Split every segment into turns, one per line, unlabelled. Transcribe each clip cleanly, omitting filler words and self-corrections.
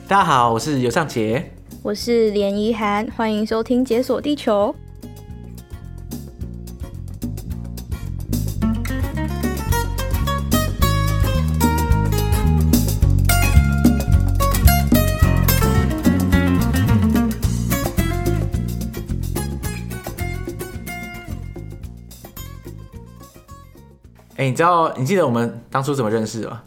大家好，我是尤尚杰，
我是连怡涵，欢迎收听《解锁地球》。
你记得我们当初怎么认识的吗？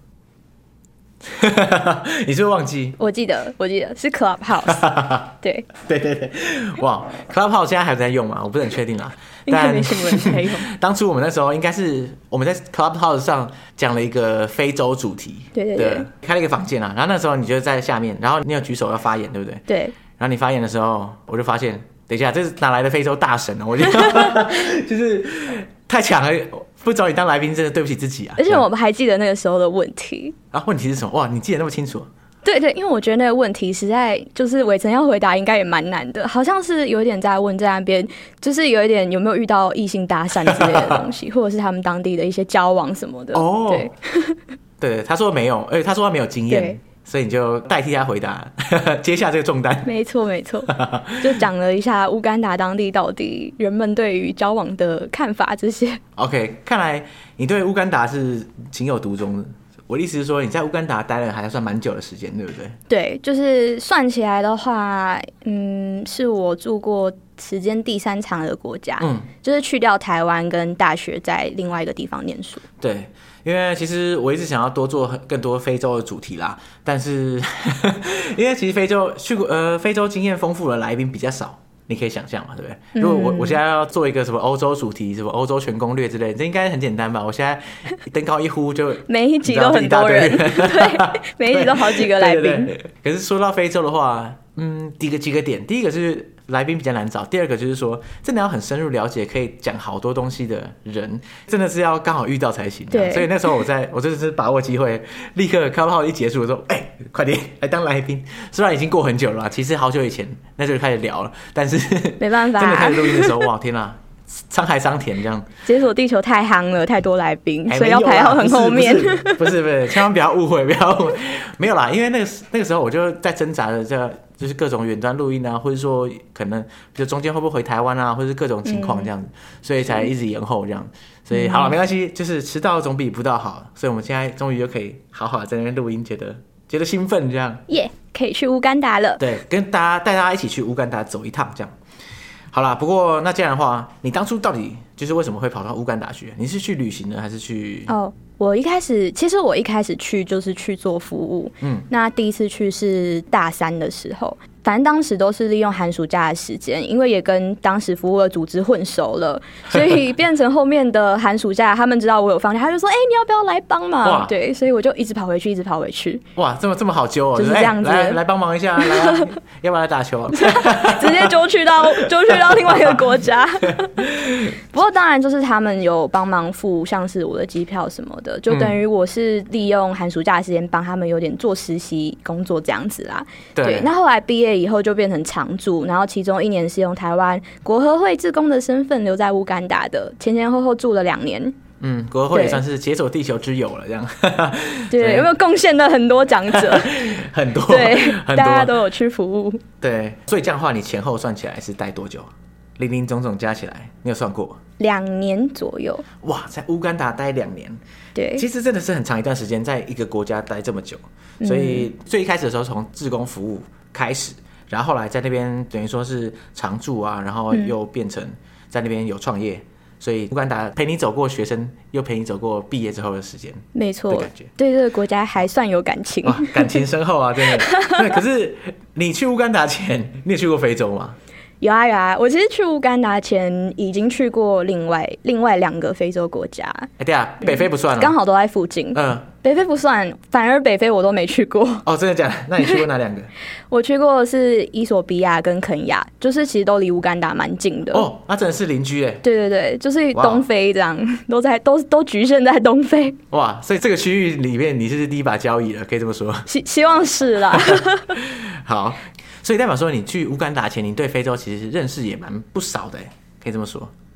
你是不是忘记？
我记得是 Clubhouse 对，
哇 Clubhouse 现在还在用吗？我不是很确定啦，
应该没什么人在用。
当初我们那时候应该是我们在 Clubhouse 上讲了一个非洲主题，对，开了一个房间啊，然后那时候你就在下面，然后你有举手要发言，对不对？
对。
然后你发言的时候，我就发现，等一下，这是哪来的非洲大神呢？我觉得就是太强了。不找你当来宾，真的对不起自己啊！
而且我们还记得那个时候的问题
啊，问题是什么？哇，你记得那么清楚？
对，因为我觉得那个问题实在就是伟成要回答，应该也蛮难的，好像是有点在问在那边，就是有一点有没有遇到异性搭讪之类的东西，或者是他们当地的一些交往什么的。哦，
对，他说没有，而且他说他没有经验。所以你就代替他回答，接下这个重担。
没错，就讲了一下乌干达当地到底人们对于交往的看法这些。
OK， 看来你对乌干达是情有独钟的。我的意思是说，你在乌干达待了还算蛮久的时间，对不对？
对，就是算起来的话，是我住过时间第3长的国家，就是去掉台湾跟大学在另外一个地方念书。
对。因为其实我一直想要多做更多非洲的主题啦，但是因为其实非洲经验丰富的来宾比较少，你可以想象嘛，对不对？如果我现在要做一个什么欧洲主题，什么欧洲全攻略之类的，这应该很简单吧？我现在登高一呼就
每一集都很多人，对，每一集都好几个来宾。
对。可是说到非洲的话，几个点，第一个是来宾比较难找，第二个就是说，真的要很深入了解，可以讲好多东西的人，真的是要刚好遇到才行。对，所以那时候我就是把握机会，立刻 Clubhouse 一结束，我说，快点来当来宾。虽然已经过很久了啦，其实好久以前那就开始聊了，但是
没办法，
真的开始录音的时候，哇，天哪！沧海桑田这样，
解锁地球太夯了，太多来宾，所以要排到很后面。
不是，千万不要误会，没有啦，因为那个时候我就在挣扎的就是各种远端录音啊，或者说可能就中间会不会回台湾啊，或者是各种情况这样子，所以才一直延后这样。所以好了，没关系，就是迟到总比不到好，所以我们现在终于就可以好好在那边录音，觉得兴奋这样。
耶，可以去乌干达了。
对，带大家一起去乌干达走一趟这样。好啦，不过那这样的话，你当初到底就是为什么会跑到乌干达去？你是去旅行呢，还是去？
我一开始去就是去做服务。那第一次去是大3的时候，反正当时都是利用寒暑假的时间，因为也跟当时服务的组织混熟了，所以变成后面的寒暑假，他们知道我有放假，他就说：“你要不要来帮忙？”对，所以我就一直跑回去。
哇，这么好揪哦，
就是这样子。
来帮忙一下，来啊，要不要来打球？
直接揪去到另外一个国家。不过当然就是他们有帮忙付像是我的机票什么的，就等于我是利用寒暑假的时间帮他们有点做实习工作这样子啦。对，那后来毕业以后就变成常驻，然后其中1年是用台湾国合会志工的身份留在乌干达的，前后住了2年。
国合会也算是解锁地球之友了，这样。
对，有没有贡献了很多长者？
很多，
对，大家都有去服务。
对，所以这样的话，你前后算起来是待多久？零零总总加起来，你有算过
？2年左右。
哇，在乌干达待2年，
对，
其实真的是很长一段时间，在一个国家待这么久。所以最一开始的时候，从志工服务开始，然后后来在那边等于说是常住啊，然后又变成在那边有创业。所以乌干达陪你走过学生，又陪你走过毕业之后的时间，
没错，对这个国家还算有感情，
感情深厚啊，真的。对，可是你去乌干达前，你有去过非洲吗？
有啊，我其实去乌干达前已经去过另外2个非洲国家。
对啊，北非不算了，
刚好都在附近。北非不算，反而北非我都没去过。
哦，真的假的？那你去过哪2个？
我去过的是伊索比亚跟肯亚，就是其实都离乌干达蛮近的。
哦，那真的是邻居耶。
对，就是东非这样，都局限在东非。
哇，所以这个区域里面你是第一把交椅了，可以这么说。
希望是啦。
好。所以代表说，你去乌干达前，你对非洲其实认识也蛮不少的，可以这么说。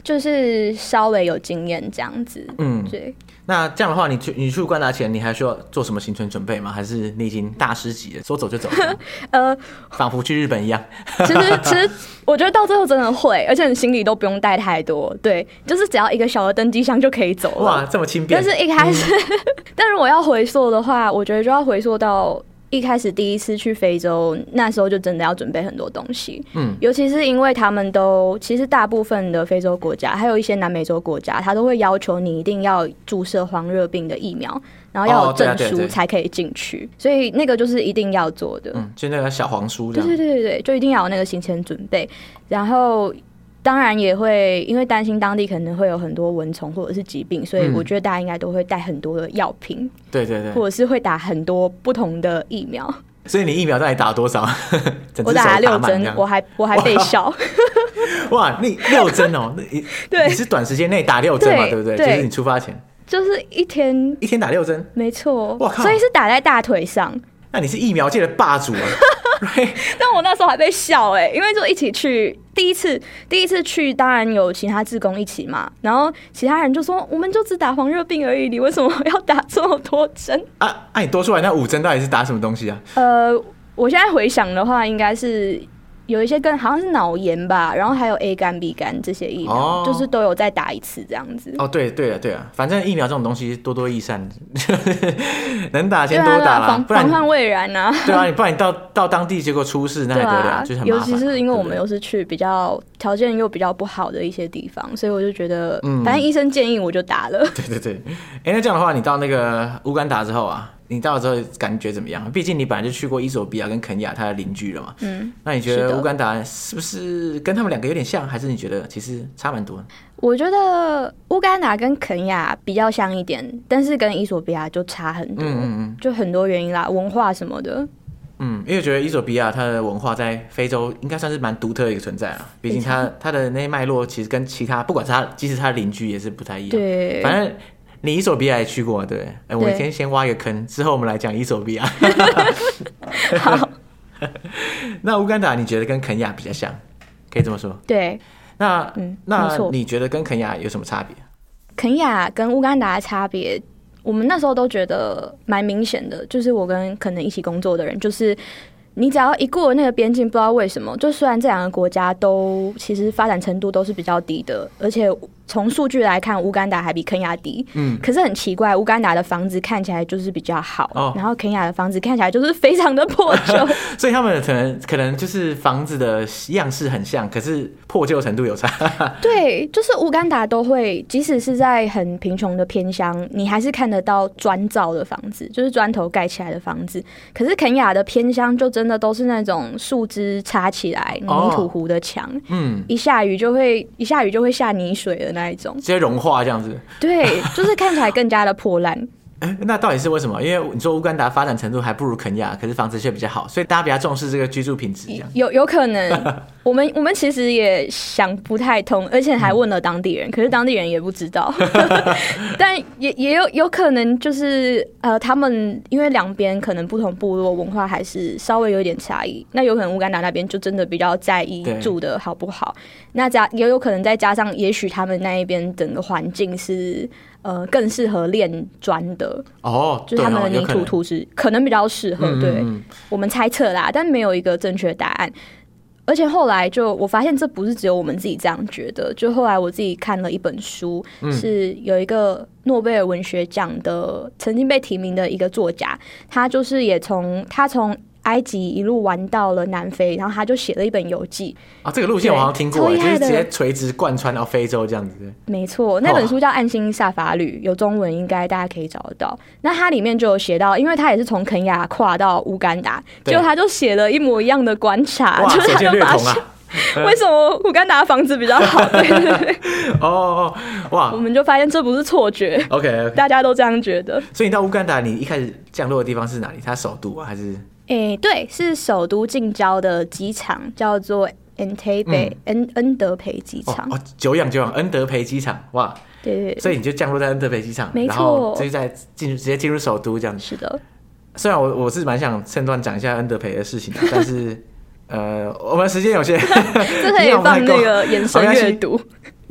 就是稍微有经验这样子。对。
那这样的话，你去乌干达前，你还需要做什么行程准备吗？还是你已经大师级了，说走就走？仿佛去日本一样。
其实我觉得到最后真的会，而且你行李都不用带太多，对，就是只要一个小的登机箱就可以走了。
哇，这么轻便！
但是一开始，但如果要回溯的话，我觉得就要回溯到一开始第一次去非洲，那时候就真的要准备很多东西。尤其是因为他们其实大部分的非洲国家，还有一些南美洲国家，他都会要求你一定要注射黄热病的疫苗，然后要有证书才可以进去，所以那个就是一定要做的。
就那个小黄书这样。
对，就一定要有那个行前准备，然后。当然也会，因为担心当地可能会有很多蚊虫或者是疾病，所以我觉得大家应该都会带很多的药品，
对，
或者是会打很多不同的疫苗。
所以你疫苗到底打了多少？
我打了6针，我还被笑。
哇，你6针哦？对，你是短时间内打6针嘛？对不对？就是你出发前，
就是一天
打6针，
没错。哇靠！所以是打在大腿上。
那你是疫苗界的霸主啊！
但我那时候还被笑因为就一起去，第一次去，当然有其他志工一起嘛，然后其他人就说我们就只打黄热病而已，你为什么要打这么多针
啊？你多出来那5针到底是打什么东西啊？
我现在回想的话，应该是有一些好像是脑炎吧，然后还有 A 肝 B 肝这些疫苗，就是都有再打一次这样子。
对了，反正疫苗这种东西多多益善，能打先多打啦，
防患未然啊。
对啊，不然你到当地结果出事那还得了，就是很麻烦。
尤其是因为我们又是去比较条件又比较不好的一些地方，所以我就觉得，反正医生建议我就打了。
对。那这样的话，你到那个乌干达之后啊，你到了之后感觉怎么样？毕竟你本来就去过伊索比亚跟肯亚，它的邻居了嘛。那你觉得乌干达是不是跟他们两个有点像，还是你觉得其实差蛮多？
我觉得乌干达跟肯亚比较像一点，但是跟伊索比亚就差很多。就很多原因啦，文化什么的。因
为我觉得伊索比亚它的文化在非洲应该算是蛮独特的一个存在啊。毕竟它的那些脉络其实跟其他，不管是即使它的邻居也是不太一样。
对，
反正。你伊索比亚也去过，对不对？我们先挖一个坑，之后我们来讲伊索比亚。
好。
那乌干达你觉得跟肯亚比较像，可以这么说？
对。
那你觉得跟肯亚有什么差别？
肯亚跟乌干达的差别，我们那时候都觉得蛮明显的，就是我跟可能一起工作的人，就是你只要一过那个边境，不知道为什么，就虽然这两个国家都其实发展程度都是比较低的，而且从数据来看，乌干达还比肯亚低。可是很奇怪，乌干达的房子看起来就是比较好，然后肯亚的房子看起来就是非常的破旧。
所以他们可能就是房子的样式很像，可是破旧程度有差。
对，就是乌干达都会，即使是在很贫穷的偏乡，你还是看得到砖造的房子，就是砖头盖起来的房子。可是肯亚的偏乡就真的都是那种树枝插起来泥土糊的墙，一下雨就会下泥水的那一种，
直接融化这样子。
对，就是看起来更加的破烂。
那到底是为什么？因为你说乌干达发展程度还不如肯亚，可是房子却比较好，所以大家比较重视这个居住品质。
有可能，我们其实也想不太通，而且还问了当地人，可是当地人也不知道。但也有可能就是他们因为两边可能不同部落文化还是稍微有一点差异，那有可能乌干达那边就真的比较在意住的好不好，那也有可能再加上，也许他们那一边整个环境是。更适合炼砖的就是他们的泥土土质可能比较适合，对，我们猜测啦，但没有一个正确答案。而且后来我发现这不是只有我们自己这样觉得，就后来我自己看了一本书，是有一个诺贝尔文学奖的曾经被提名的一个作家，他就是从埃及一路玩到了南非，然后他就写了一本游记
这个路线我好像听过，就是直接垂直贯穿到非洲这样子。
没错，那本书叫《暗星萨法旅》，有中文应该大家可以找得到。那它里面就有写到，因为他也是从肯亚跨到乌干达，结果他就写了一模一样的观察，就是他就发现为什么乌干达的房子比较好。对。
哇！
我们就发现这不是错觉。
OK，
大家都这样觉得。
所以你到乌干达，你一开始降落的地方是哪里？它首都还是？
对，是首都近郊的机场，叫做 Entebbe，恩德培机场。
久仰，恩德培机场，哇！
对，
所以你就降落在恩德培机场，
没错，
然后直接进入首都这样子。
是的。
虽然我是蛮想趁段讲一下恩德培的事情的，但是我们时间有限，
这可以放那个延伸阅读。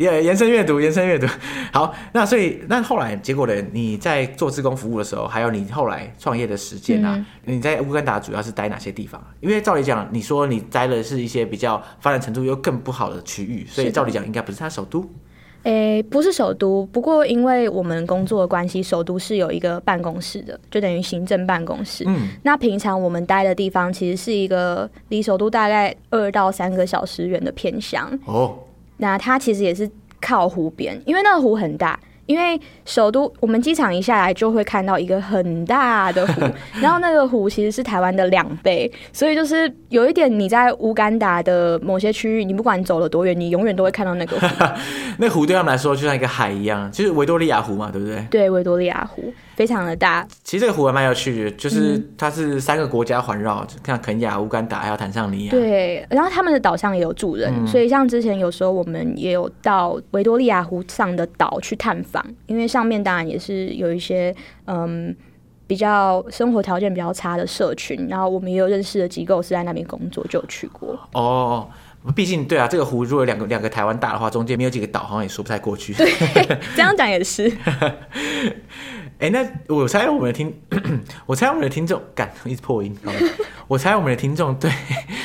延伸阅读。好，那所以那后来结果呢？你在做志工服务的时候，还有你后来创业的时间啊，你在乌干达主要是待哪些地方？因为照理讲，你说你待的是一些比较发展程度又更不好的区域，所以照理讲应该不是它首都。
不是首都，不过因为我们工作的关系，首都是有一个办公室的，就等于行政办公室。那平常我们待的地方其实是一个离首都大概2到3个小时远的偏乡。那它其实也是靠湖边，因为那个湖很大。因为首都，我们机场一下来就会看到一个很大的湖，然后那个湖其实是台湾的2倍，所以就是有一点你在乌干达的某些区域，你不管你走了多远，你永远都会看到那个湖。
那湖对他们来说就像一个海一样，就是维多利亚湖嘛，对不对？
对，维多利亚湖非常的大。
其实这个湖还蛮有趣的，就是它是3个国家环绕，像肯亚、乌干达还有坦桑尼亚。
对，然后他们的岛上也有住人，所以像之前有时候我们也有到维多利亚湖上的岛去探访，因为上面当然也是有一些比较生活条件比较差的社群，然后我们也有认识的机构是在那边工作，就有去过。
毕竟对啊，这个湖如果两个台湾大的话，中间没有几个岛，好像也说不太过去。
对，这样讲也是。
那我猜我们的听众，一直破音。我猜我们的听众对，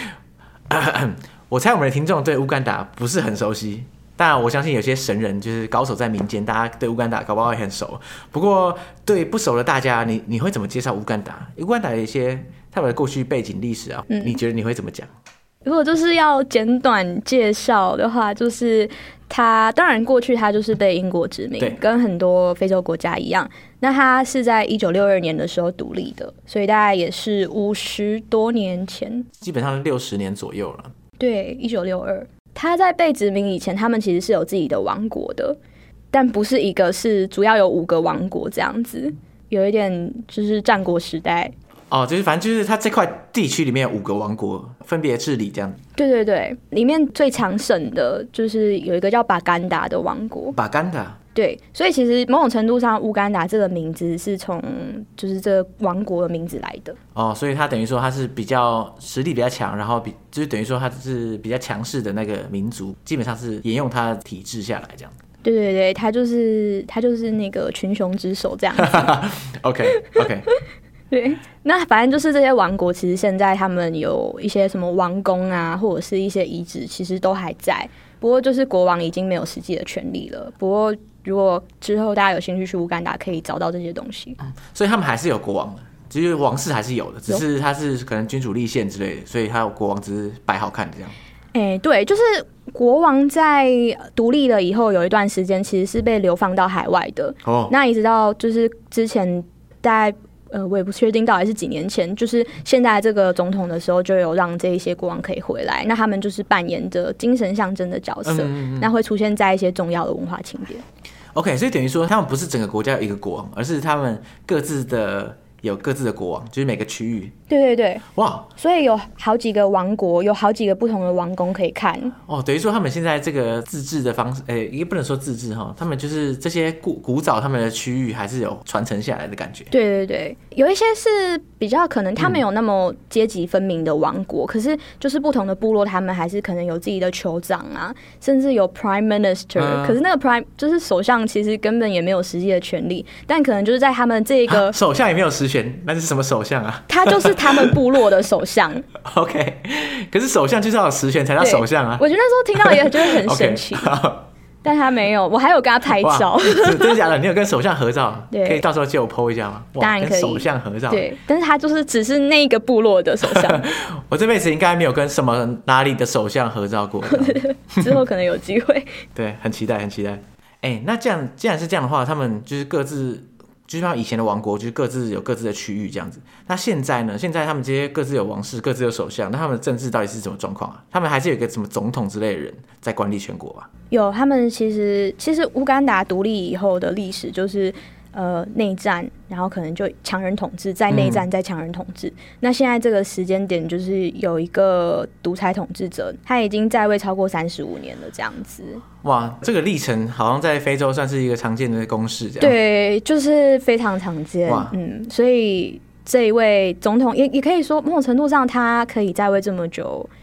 我猜我们的听众对乌干达不是很熟悉。当然，我相信有些神人就是高手在民间，大家对乌干达搞不好也很熟。不过，对不熟的大家，你会怎么介绍乌干达？乌干达的一些他们的过去背景历史啊，你觉得你会怎么讲？
如果就是要简短介绍的话，就是它当然过去它就是被英国殖民，跟很多非洲国家一样。那它是在1962年的时候独立的，所以大概也是50多年前，
基本上60年左右了。
对，1962。它在被殖民以前，他们其实是有自己的王国的，但不是一个，是主要有5个王国这样子，有一点就是战国时代。
就是反正就是它这块地区里面有5个王国分别治理这样。
对对对，里面最强盛的就是有一个叫巴干达的王国。
巴干达。对，
所以其实某种程度上，乌干达这个名字是从就是这个王国的名字来的。
所以它等于说它是比较实力比较强，然后就是等于说它是比较强势的那个民族，基本上是沿用它的体制下来这样。
对对对，他就是那个群雄之首这样子。
OK。
对，那反正就是这些王国，其实现在他们有一些什么王宫啊，或者是一些遗址，其实都还在。不过就是国王已经没有实际的权利了。不过如果之后大家有兴趣去乌干达，可以找到这些东西。
所以他们还是有国王的，其实王室还是有的，只是他是可能君主立宪之类的，所以他有国王只是摆好看这样。
对，就是国王在独立了以后，有一段时间其实是被流放到海外的。那一直到就是之前大概我也不确定到底是几年前，就是现在这个总统的时候，就有让这一些国王可以回来。那他们就是扮演着精神象征的角色，那会出现在一些重要的文化庆典。
OK， 所以等于说他们不是整个国家有一个国王，而是他们各自的有各自的国王，就是每个区域。
对对对，
哇！
所以有好几个王国，有好几个不同的王宫可以看。
等于说他们现在这个自治的方式，也不能说自治哈，他们就是这些古早他们的区域还是有传承下来的感觉。
对对对，有一些是比较可能他们有那么阶级分明的王国，可是就是不同的部落，他们还是可能有自己的酋长啊，甚至有 Prime Minister，可是那个 Prime 就是首相，其实根本也没有实际的权利，但可能就是在他们这个
首相也没有实权，那是什么首相啊？
他就是他们部落的首相。
OK， 可是首相就是要有实权才叫首相啊。
我觉得那时候听到也觉得很神奇。Okay，但他没有，我还有跟他拍照。
真的假的？你有跟首相合照？可以到时候借我 po 一下吗？
当然可以。
跟首相合照。
对，但是他就是只是那个部落的首相。
我这辈子应该没有跟哪里的首相合照过。
之后可能有机会。
对，很期待，很期待。那既然是这样的话，他们就是各自。就像以前的王国，就是各自有各自的区域这样子。那现在呢？现在他们这些各自有王室，各自有首相，那他们的政治到底是什么状况啊？他们还是有一个什么总统之类的人在管理全国吧？
有，他们其实乌干达独立以后的历史就是内战，然后可能就强人统治，再内战，再强人统治。那现在这个时间点，就是有一个独裁统治者，他已经在位超过35年了，这样子。
哇，这个历程好像在非洲算是一个常见的公式，这样。
对，就是非常常见。所以这一位总统也可以说，某种程度上他可以在位这么久，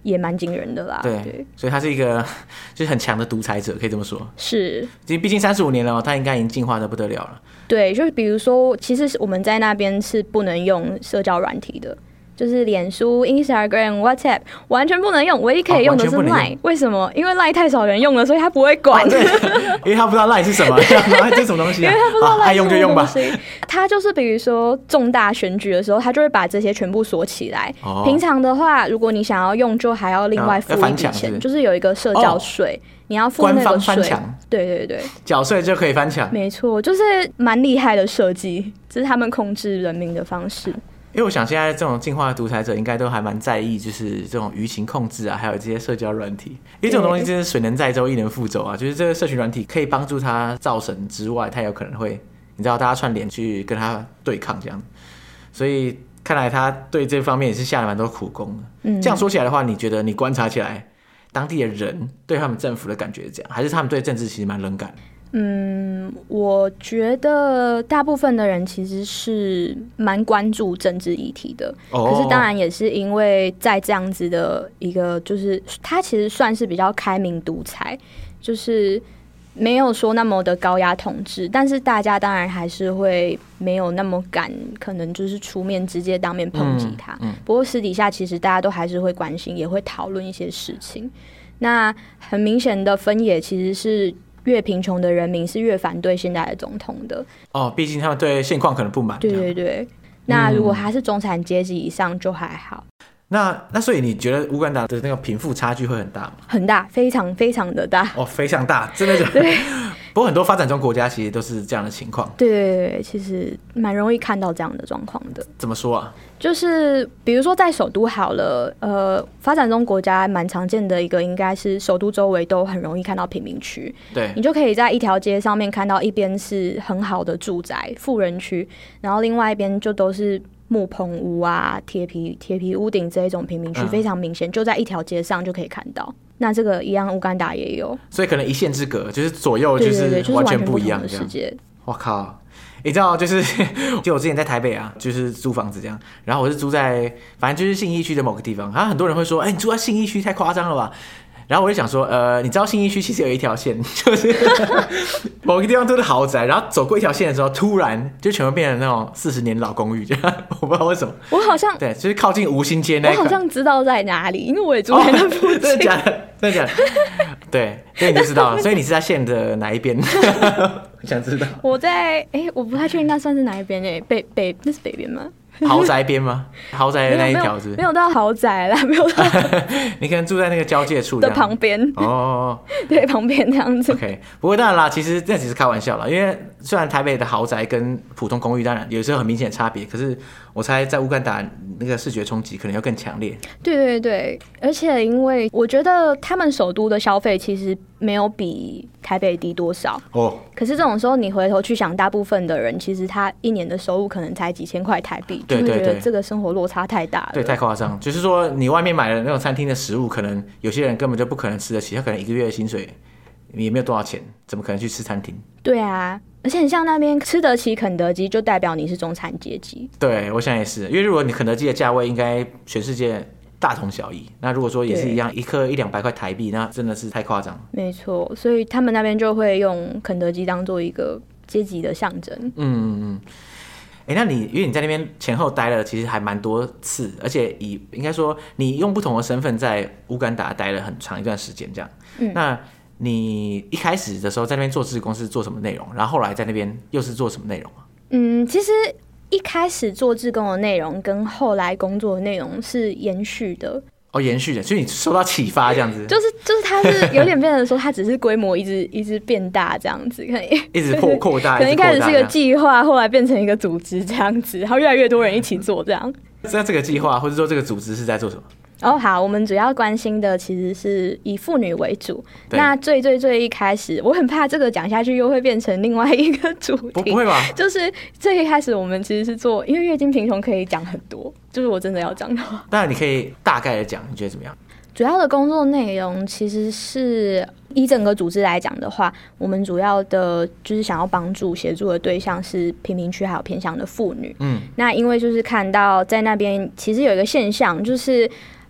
也蛮惊人的啦。
对，所以他是一个就是很强的独裁者，可以这么说。
是，
毕竟35年了，他应该已经进化的不得了了。
对，就是比如说，其实我们在那边是不能用社交软体的。就是脸书、Instagram、WhatsApp 完全不能用，唯一可以用的是 Line。为什么？因为 Line 太少人用了，所以他不会管。
对，因为他不知道 Line 是什么，这是什么东西啊？
因为他不知道 Line
是什么东西，爱用就用吧。
他就是比如说重大选举的时候，他就会把这些全部锁起来。平常的话，如果你想要用，就还要另外付一笔钱，就是有一个社交税。你要付那个税，对，
缴税就可以翻墙，
没错，就是蛮厉害的设计，这是他们控制人民的方式。
因为我想现在这种进化的独裁者应该都还蛮在意，就是这种舆情控制啊，还有这些社交软体。因为这种东西真是水能载舟，亦能覆舟啊。就是这个社群软体可以帮助他造神之外，他有可能会，你知道，大家串联去跟他对抗这样。所以看来他对这方面也是下了蛮多苦功的。这样说起来的话，你觉得你观察起来，当地的人对他们政府的感觉是这样，还是他们对政治其实蛮冷感？
我觉得大部分的人其实是蛮关注政治议题的，可是当然也是因为在这样子的一个，就是它其实算是比较开明独裁，就是没有说那么的高压统治，但是大家当然还是会没有那么敢，可能就是出面直接当面抨击他。不过私底下其实大家都还是会关心，也会讨论一些事情。那很明显的分野其实是，越贫穷的人民是越反对现在的总统的。毕竟他们对现况可能不满。对。那如果他是中产阶级以上就还好。
那所以你觉得乌干达的那个贫富差距会很大吗？
很大，非常非常的大。
非常大，真的对。不过很多发展中国家其实都是这样的情况。对，
其实蛮容易看到这样的状况的。
怎么说啊？
就是比如说在首都好了，发展中国家蛮常见的一个，应该是首都周围都很容易看到贫民区。
对，
你就可以在一条街上面看到，一边是很好的住宅富人区，然后另外一边就都是木棚屋啊、铁皮屋顶这一种贫民区，非常明显，就在一条街上就可以看到。那这个一样，乌干达也有，
所以可能一线之隔，就是左右就是完全不一样的世界。我靠！你知道，就我之前在台北啊，就是租房子这样，然后我是住在反正就是信义区的某个地方，然后很多人会说，你住在信义区太夸张了吧？然后我就想说，你知道信义区其实有一条线，就是某个地方都是豪宅，然后走过一条线的时候，突然就全部变成那种40年老公寓，这样我不知道为什么。我好像对，就是靠近吴兴街那一块。
我好像知道在哪里，因为我也住在那附近。
真的假的？真的假的？对，所以你就知道了。所以你是在线的哪一边？我想知道。我在
我不太确定那算是哪一边北那是北边吗？
豪宅边吗？豪宅的那一条是
没有到豪宅啦，没有到。
你可能住在那个交界处
的旁边对，旁边这样子。
OK， 不过当然啦，其实这只是开玩笑啦，因为虽然台北的豪宅跟普通公寓当然有时候很明显的差别，可是我猜在乌干达那个视觉冲击可能要更强烈。
对，而且因为我觉得他们首都的消费其实没有比台北低多少可是这种时候你回头去想，大部分的人其实他一年的收入可能才几千块台币，就会觉得这个生活落差太大了。
对，太夸张。就是说你外面买的那种餐厅的食物，可能有些人根本就不可能吃得起，他可能1个月的薪水也没有多少钱，怎么可能去吃餐厅？
对啊，而且像那边吃得起肯德基，就代表你是中产阶级。
对，我想也是，因为如果你肯德基的价位应该全世界大同小异，那如果说也是一样，一颗100-200块台币，那真的是太夸张。没
错，所以他们那边就会用肯德基当做一个阶级的象征。
那你因为你在那边前后待了其实还蛮多次，而且应该说你用不同的身份在乌干达待了很长一段时间这样。那你一开始的时候在那边做志工是做什么内容？然后后来在那边又是做什么内容啊？
其实一开始做志工的内容跟后来工作的内容是延续的。
延续的，所以你受到启发这样子。
就是它是有点变成说，它只是规模一直变大这样子，可能
一直扩大，
可能一开始是个计划，后来变成一个组织这样子，然后越来越多人一起做这样。
那这个计划或者说这个组织是在做什么？
好，我们主要关心的其实是以妇女为主。那最一开始，我很怕这个讲下去又会变成另外一个主题。
不会吧？
就是最一开始我们其实是做，因为月经贫穷可以讲很多，就是我真的要讲的话，
当然你可以大概的讲，你觉得怎么样？
主要的工作内容其实是以整个组织来讲的话，我们主要的就是想要帮助协助的对象是贫民区还有偏乡的妇女。那因为就是看到在那边其实有一个现象，就是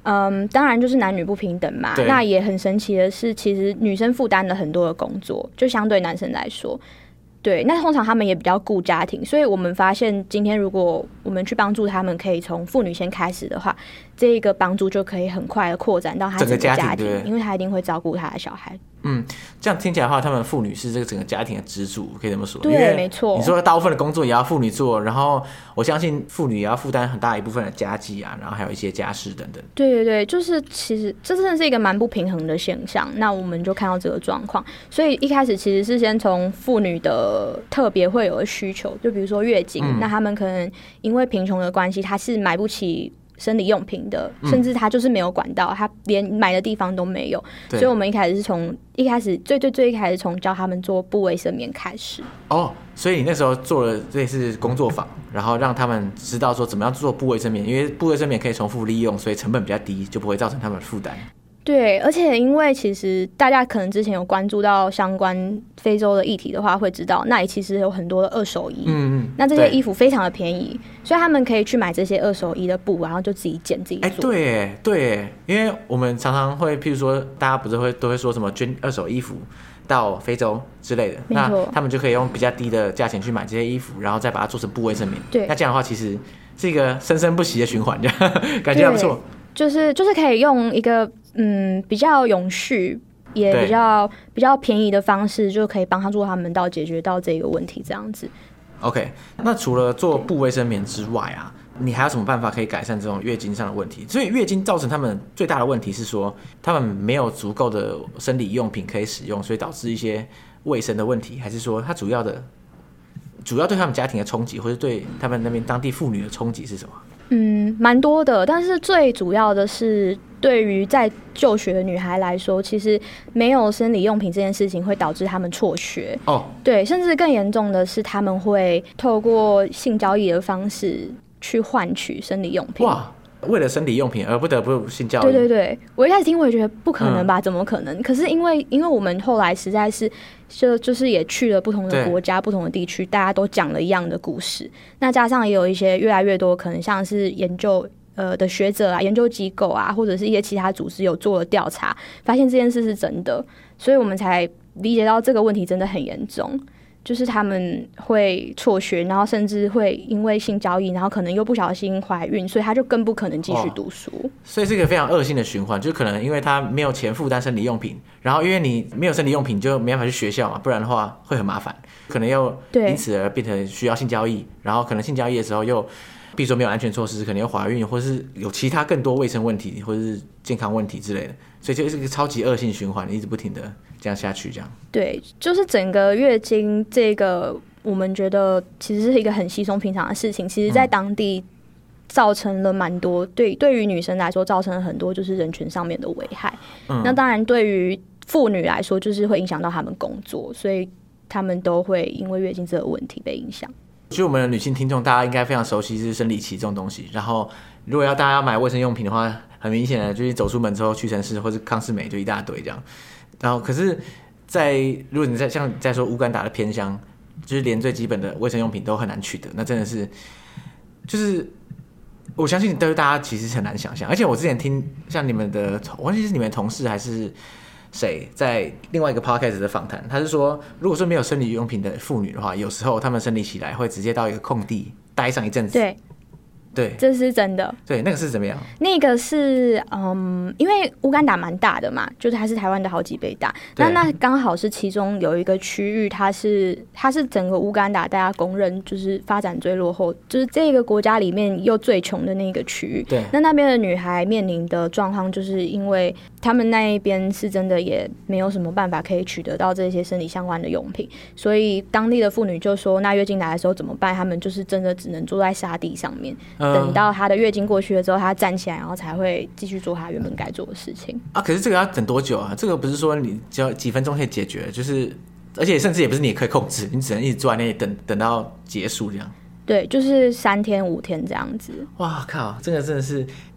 当然就是男女不平等嘛。那也很神奇的是，其实女生负担了很多的工作，就相对男生来说。对，那通常他们也比较顾家庭，所以我们发现今天如果我们去帮助他们，可以从妇女先开始的话，这个帮助就可以很快的扩展到他整个家庭，因为他一定会照顾他的小孩。
这样听起来的话，他们妇女是这个整个家庭的支柱，可以这么说。
对，没错。
你说大部分的工作也要妇女做，然后我相信妇女也要负担很大一部分的家计啊，然后还有一些家事等等。
对对对，就是其实这真的是一个蛮不平衡的现象。那我们就看到这个状况，所以一开始其实是先从妇女的特别会有的需求，就比如说月经，那他们可能因为贫穷的关系，他是买不起生理用品的，甚至他就是没有管道，他连买的地方都没有。所以我们一开始是从最一开始从教他们做布卫生棉开始。
所以你那时候做了类似工作坊，然后让他们知道说怎么样做布卫生棉，因为布卫生棉可以重复利用，所以成本比较低，就不会造成他们的负担。
对，而且因为其实大家可能之前有关注到相关非洲的议题的话，会知道那里其实有很多的二手衣，那这些衣服非常的便宜，所以他们可以去买这些二手衣的布，然后就自己剪自己做。
对，因为我们常常会，譬如说大家不是都会说什么捐二手衣服到非洲之类的，那他们就可以用比较低的价钱去买这些衣服，然后再把它做成布卫生棉。
对，
那这样的话其实是一个生生不息的循环，这样感觉还不错。
就是可以用一个比较永续也比较便宜的方式，就可以帮助他们解决到这个问题，这样子。
OK， 那除了做布卫生棉之外啊，你还有什么办法可以改善这种月经上的问题？所以月经造成他们最大的问题是说，他们没有足够的生理用品可以使用，所以导致一些卫生的问题，还是说它主要对他们家庭的冲击，或是对他们那边当地妇女的冲击是什么？
蛮多的，但是最主要的是，对于在就学的女孩来说，其实没有生理用品这件事情会导致她们辍学。对，甚至更严重的是，他们会透过性交易的方式去换取生理用品。哇！
为了生理用品而不得不性交易。
对，我一开始听我也觉得不可能吧，怎么可能？可是因为我们后来实在是就是也去了不同的国家、不同的地区，大家都讲了一样的故事。那加上也有一些越来越多可能像是研究的学者啊、研究机构啊，或者是一些其他组织有做了调查，发现这件事是真的，所以我们才理解到这个问题真的很严重。就是他们会辍学，然后甚至会因为性交易，然后可能又不小心怀孕，所以他就更不可能继续读书。
所以是一个非常恶性的循环，就可能因为他没有钱负担生理用品，然后因为你没有生理用品就没办法去学校嘛，不然的话会很麻烦，可能又因此而变成需要性交易，然后可能性交易的时候又比如说没有安全措施，可能又怀孕，或是有其他更多卫生问题或是健康问题之类的，所以就是一个超级恶性循环，一直不停的这样下去，这样。对，
就是整个月经这个，我们觉得其实是一个很稀松平常的事情，其实在当地造成了蛮多，对于女生来说造成了很多就是人权上面的危害。那当然对于妇女来说，就是会影响到她们工作，所以她们都会因为月经这个问题被影响。
其实我们的女性听众大家应该非常熟悉是生理期这种东西，然后如果大家要买卫生用品的话，很明显的就是走出门之后屈臣氏或是康是美就一大堆这样，然后可是如果你像你在说乌干达的偏乡，就是连最基本的卫生用品都很难取得，那真的是就是我相信对于大家其实很难想象。而且我之前听像你们的，我忘记是你们的同事还是谁在另外一个 podcast 的访谈，他是说如果说没有生理用品的妇女的话，有时候她们生理期来会直接到一个空地待上一阵子。对，
这是真的。
对，那个是怎么样？
那个是因为乌干达蛮大的嘛，就是它是台湾的好几倍大。那刚好是其中有一个区域，它是整个乌干达大家公认就是发展最落后，就是这个国家里面又最穷的那个区域。
对，
那边的女孩面临的状况，就是因为他们那一边是真的也没有什么办法可以取得到这些生理相关的用品，所以当地的妇女就说，那月经来的时候怎么办？他们就是真的只能坐在沙地上面。等到她的月经过去了之后，她站起来，然后才会继续做她原本该做的事情
啊。可是这个要等多久啊？这个不是说你只要几分钟可以解决，就是而且甚至也不是你也可以控制，你只能一直坐在那里等到结束这样。
对，就是3天5天这样子。
哇靠，这个真的是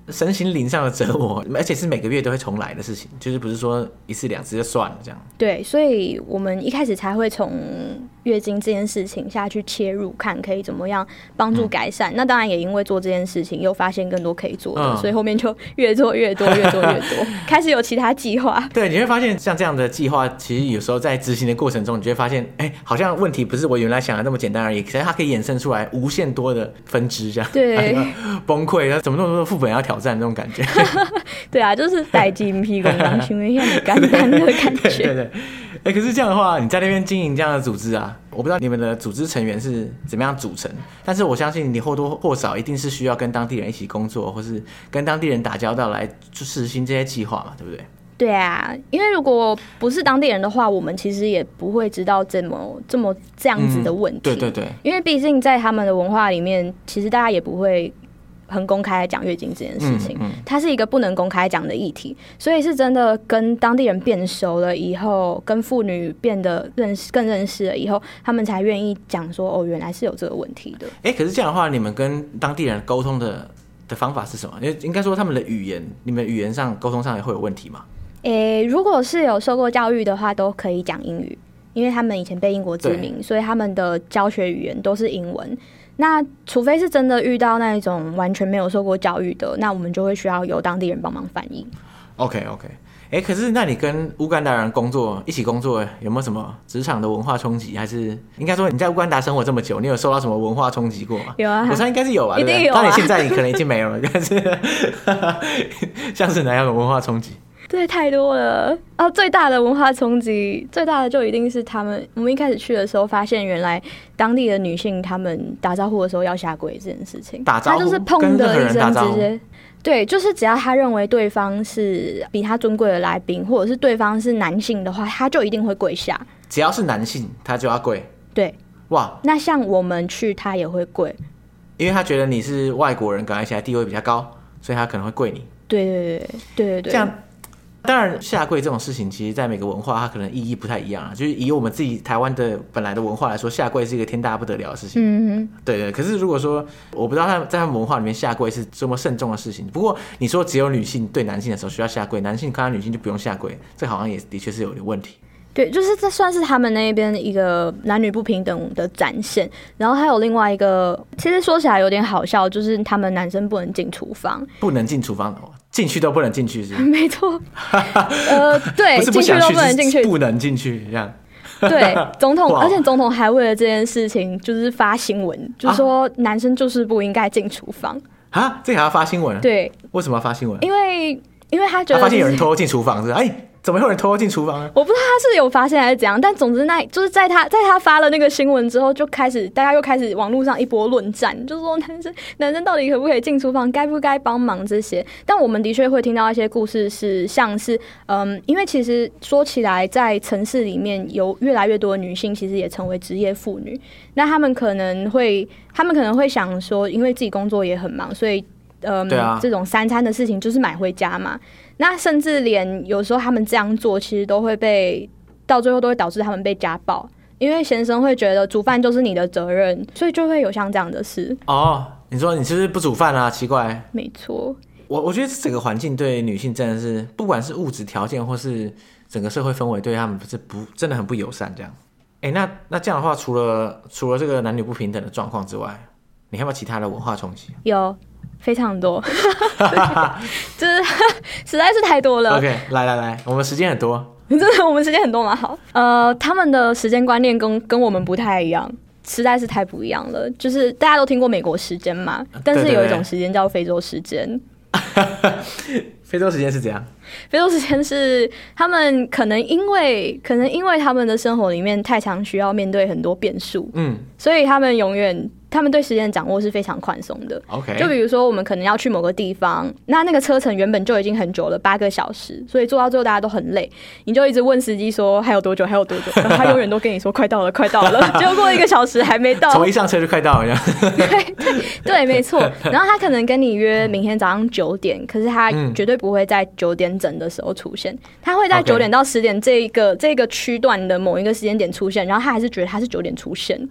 身心灵上的折磨，而且是每个月都会重来的事情，就是不是说一次两次就算了这样。
对，所以我们一开始才会从月经这件事情下去切入，看可以怎么样帮助改善。那当然也因为做这件事情，又发现更多可以做的，所以后面就越做越多，越做越多，开始有其他计划。
对，你会发现像这样的计划，其实有时候在执行的过程中，你就会发现，好像问题不是我原来想的那么简单而已，其实它可以衍生出来无限多的分支，这样
对，
崩溃，怎么那么多副本要挑战那种感觉。
对啊，就是代志不是讲讲想一下很简单的感觉。
对，可是这样的话，你在那边经营这样的组织啊，我不知道你们的组织成员是怎么样组成，但是我相信你或多或少一定是需要跟当地人一起工作，或是跟当地人打交道来实行这些计划嘛，对不对？
对啊，因为如果不是当地人的话，我们其实也不会知道这样子的问题。
对，
因为毕竟在他们的文化里面，其实大家也不会很公开讲月经这件事情，它是一个不能公开讲的议题，所以是真的跟当地人变熟了以后，跟妇女变得更认识了以后，他们才愿意讲说原来是有这个问题的。
可是这样的话，你们跟当地人沟通的方法是什么？因为应该说他们的语言，你们语言上沟通上也会有问题吗？
如果是有受过教育的话，都可以讲英语，因为他们以前被英国殖民，所以他们的教学语言都是英文。那除非是真的遇到那一种完全没有受过教育的，那我们就会需要由当地人帮忙翻译。
OK， 可是那你跟乌干达人一起工作，有没有什么职场的文化冲击？还是应该说你在乌干达生活这么久，你有受到什么文化冲击过吗？
有啊，
我猜应该是有吧，
一定有啊。
当然现在你可能已经没有了，但是像是哪样的文化冲击？
对，太多了最大的文化冲击，最大的就一定是我们一开始去的时候，发现原来当地的女性她们打招呼的时候要下跪这件事情。
打招呼，
她就是砰的一声直接。对，就是只要他认为对方是比他尊贵的来宾，或者是对方是男性的话，他就一定会跪下。
只要是男性，他就要跪。
对，
哇，
那像我们去，他也会跪，
因为他觉得你是外国人，感觉起来地位比较高，所以他可能会跪你。
对，这样。
当然，下跪这种事情，其实在每个文化它可能意义不太一样啊。就是以我们自己台湾的本来的文化来说，下跪是一个天大不得了的事情。对。可是如果说我不知道在他们文化里面下跪是这么慎重的事情。不过你说只有女性对男性的时候需要下跪，男性看到女性就不用下跪，这好像也的确是有点问题。
对，就是这算是他们那边一个男女不平等的展现。然后还有另外一个，其实说起来有点好笑，就是他们男生不能进厨房，
不能进厨房，进去都不能进去是不是？
没错。对，
不是不想去，
进去都不能进去，
不能进去这样。
对，总统，而且总统还为了这件事情就是发新闻，就是说男生就是不应该进厨房
啊，这还要发新闻？对，为什么要发新闻？
因为他觉得
发现有人偷进厨房是吧？怎么会有人偷进厨房呢？我
不知道他是有发现还是怎样，但总之就是在他发了那个新闻之后，大家又开始网络上一波论战，就是说男生到底可不可以进厨房，该不该帮忙这些。但我们的确会听到一些故事是像是因为其实说起来，在城市里面有越来越多的女性其实也成为职业妇女，那他们可能会想说，因为自己工作也很忙，所以这种3餐的事情就是买回家嘛。那甚至连有时候他们这样做，其实到最后都会导致他们被家暴，因为先生会觉得煮饭就是你的责任，所以就会有像这样的事。
你说你是不是不煮饭啊？奇怪。
没错。
我觉得整个环境对女性真的是，不管是物质条件或是整个社会氛围，对他们真的很不友善这样。那这样的话，除了这个男女不平等的状况之外，你还有没有其他的文化冲击？
有。非常多，就是实在是太多了。
OK， 来，我们时间很多，
真的，我们时间很多吗？好，他们的时间观念跟我们不太一样，实在是太不一样了。就是大家都听过美国时间嘛，但是有一种时间叫非洲时间。
非洲时间是怎样？
非洲时间是他们可能因为他们的生活里面太常需要面对很多变数，所以他们对时间的掌握是非常宽松的。
Okay.
就比如说我们可能要去某个地方，那个车程原本就已经很久了，8个小时，所以坐到最后大家都很累，你就一直问司机说还有多久，然后他永远都跟你说快到了，结果过1个小时还没到，
从一上车就快到了。
对，没错。然后他可能跟你约明天早上9点，可是他绝对不会在9点整的时候出现，他会在9点到10点这个区段的某一个时间点出现，然后他还是觉得他是9点出现。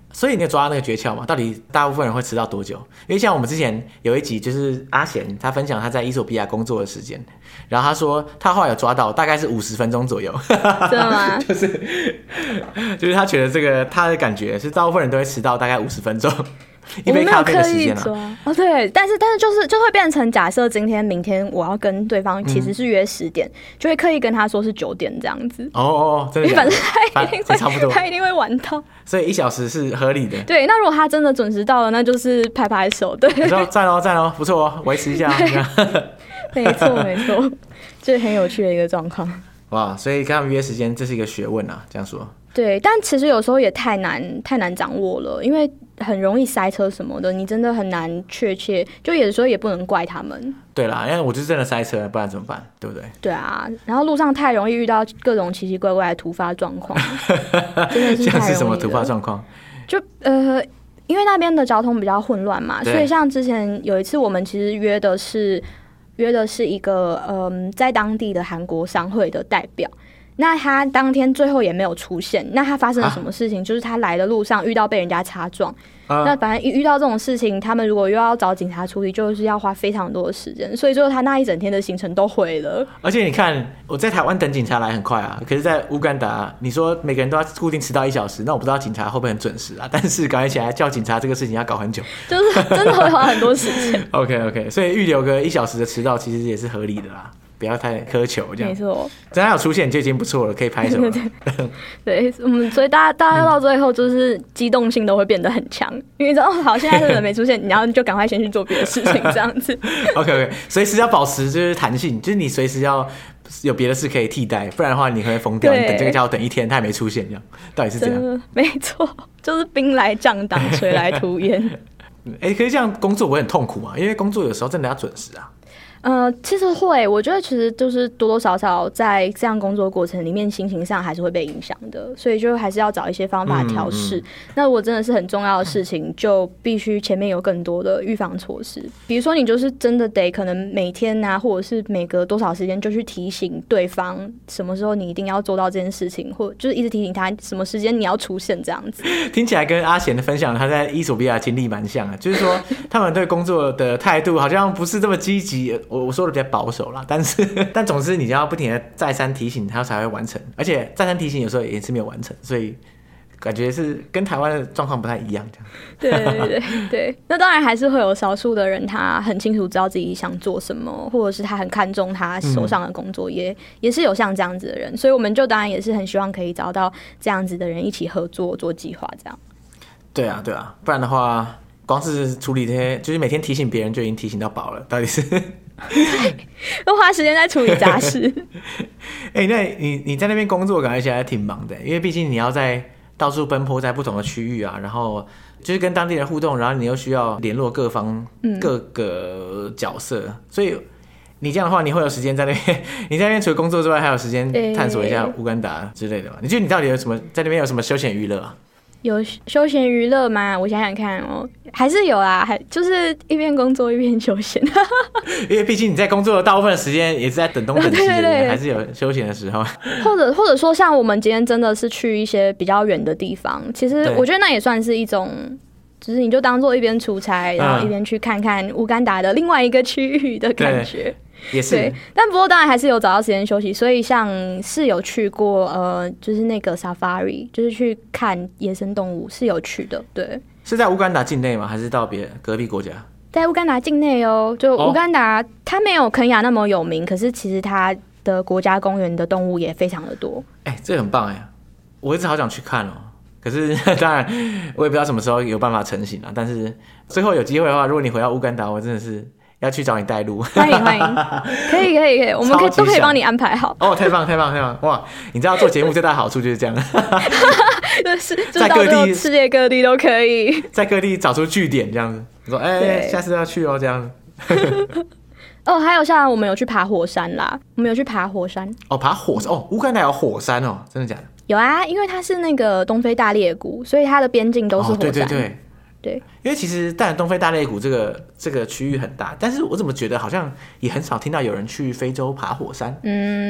所以你有抓到那个诀窍吗？到底大部分人会迟到多久？因为像我们之前有一集就是阿贤他分享他在伊索比亚工作的时间，然后他说他后来有抓到大概是50分钟左右。
真的吗？
就是他觉得这个他的感觉是大部分人都会迟到大概50分钟。一杯咖啡的时间
哦，对，但是就会变成假设今天明天我要跟对方其实是约10点，就会刻意跟他说是9点这样子。
真的假的？
反正他一定会
差不多，
他一定会晚到，
所以1小时是合理的。
对，那如果他真的准时到了，那就是拍拍手，对，
你说赞哦，不错哦，维持一下。
没错，这很有趣的一个状况。
哇，所以跟他们约时间，这是一个学问啊，这样说。
对，但其实有时候也太难掌握了，因为很容易塞车什么的，你真的很难确切，就有的时候也不能怪他们。
对啦，因为我就是真的塞车，不然怎么办？对不对？
对啊，然后路上太容易遇到各种奇奇怪怪的突发状况，真的是太容易了。
像是什么突发状况？
就因为那边的交通比较混乱嘛，所以像之前有一次我们其实约的是一个在当地的韩国商会的代表。那他当天最后也没有出现，那他发生了什么事情？就是他来的路上遇到被人家擦撞，那反正遇到这种事情，他们如果又要找警察处理，就是要花非常多的时间，所以最后他那一整天的行程都毁了。
而且你看，我在台湾等警察来很快啊，可是在乌干达，你说每个人都要固定迟到1小时，那我不知道警察会不会很准时啊？但是赶起来叫警察这个事情要搞很久，
就是真的会花很多时间。
OK， 所以预留个1小时的迟到其实也是合理的啦。不要太苛求，这样没
错。
真的有出现就已经不错了，可以拍手了。
对，所以大家到最后就是机动性都会变得很强，因为好，现在这个人没出现，然后你就赶快先去做别的事情，这样子。
OK， 随时要保持就是弹性，就是你随时要有别的事可以替代，不然的话你会疯掉。你等这个家伙等1天，他也没出现，这样到底是这样？
没错，就是兵来将挡，水来土掩。
可是这样工作我很痛苦啊，因为工作有时候真的要准时啊。
其实我觉得其实就是多多少少在这样工作过程里面，心情上还是会被影响的，所以就还是要找一些方法调试。那如果真的是很重要的事情，就必须前面有更多的预防措施，比如说你就是真的得可能每天啊，或者是每隔多少时间就去提醒对方什么时候你一定要做到这件事情，或者就是一直提醒他什么时间你要出现这样子。
听起来跟阿贤的分享他在伊索比亚经历蛮像的，就是说他们对工作的态度好像不是这么积极。我说的比较保守啦，但总之你要不停的再三提醒他才会完成，而且再三提醒有时候也是没有完成，所以感觉是跟台湾的状况不太一样这
样。对，那当然还是会有少数的人他很清楚知道自己想做什么，或者是他很看重他手上的工作，也是有像这样子的人，所以我们就当然也是很希望可以找到这样子的人一起合作做计划这样。
对啊，不然的话光是处理这些，就是每天提醒别人就已经提醒到饱了，到底是
都花时间在处理杂事。
那你在那边工作感觉起来挺忙的，因为毕竟你要在到处奔波在不同的区域啊，然后就是跟当地人互动，然后你又需要联络各方各个角色，所以你这样的话，你会有时间在那边？你在那边除了工作之外，还有时间探索一下乌干达之类的吗？你觉得你到底有什么在那边有什么休闲娱乐啊？
有休闲娱乐吗？我想想看哦，还是有啦，就是一边工作一边休闲。
因为毕竟你在工作的大部分的时间也是在等东等西的，对，还是有休闲的时候。
或者说，像我们今天真的是去一些比较远的地方，其实我觉得那也算是一种，就是你就当做一边出差，然后一边去看看乌干达的另外一个区域的感觉。
也是，对，
但不过当然还是有找到时间休息，所以像是有去过就是那个 safari， 就是去看野生动物是有去的，对。
是在乌干达境内吗？还是到隔壁国家？
在乌干达境内哦，就乌干达，它没有肯亚那么有名，可是其实它的国家公园的动物也非常的多。
这很棒我一直好想去看哦。可是当然我也不知道什么时候有办法成行啊。但是最后有机会的话，如果你回到乌干达，我真的是要去找你带路。欢迎，
可以，我们都可以帮你安排好。
太棒！哇，你知道做节目最大的好处就是这样。
在各地，世界各地都可以，
在各地找出据点这样子。我说下次要去哦，这样子。
还有像我们有去爬火山啦，爬火山。
爬火山乌干达有火山哦，真的假的？
有啊，因为它是那个东非大裂谷，所以它的边境都是火山。对，
因为其实当然东非大裂谷这个区域很大，但是我怎么觉得好像也很少听到有人去非洲爬火山？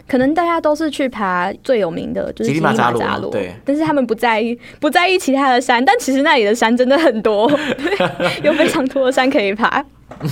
可能大家都是去爬最有名的就是吉力马扎罗，对，但是他们不在意其他的山，但其实那里的山真的很多，有非常多的山可以爬。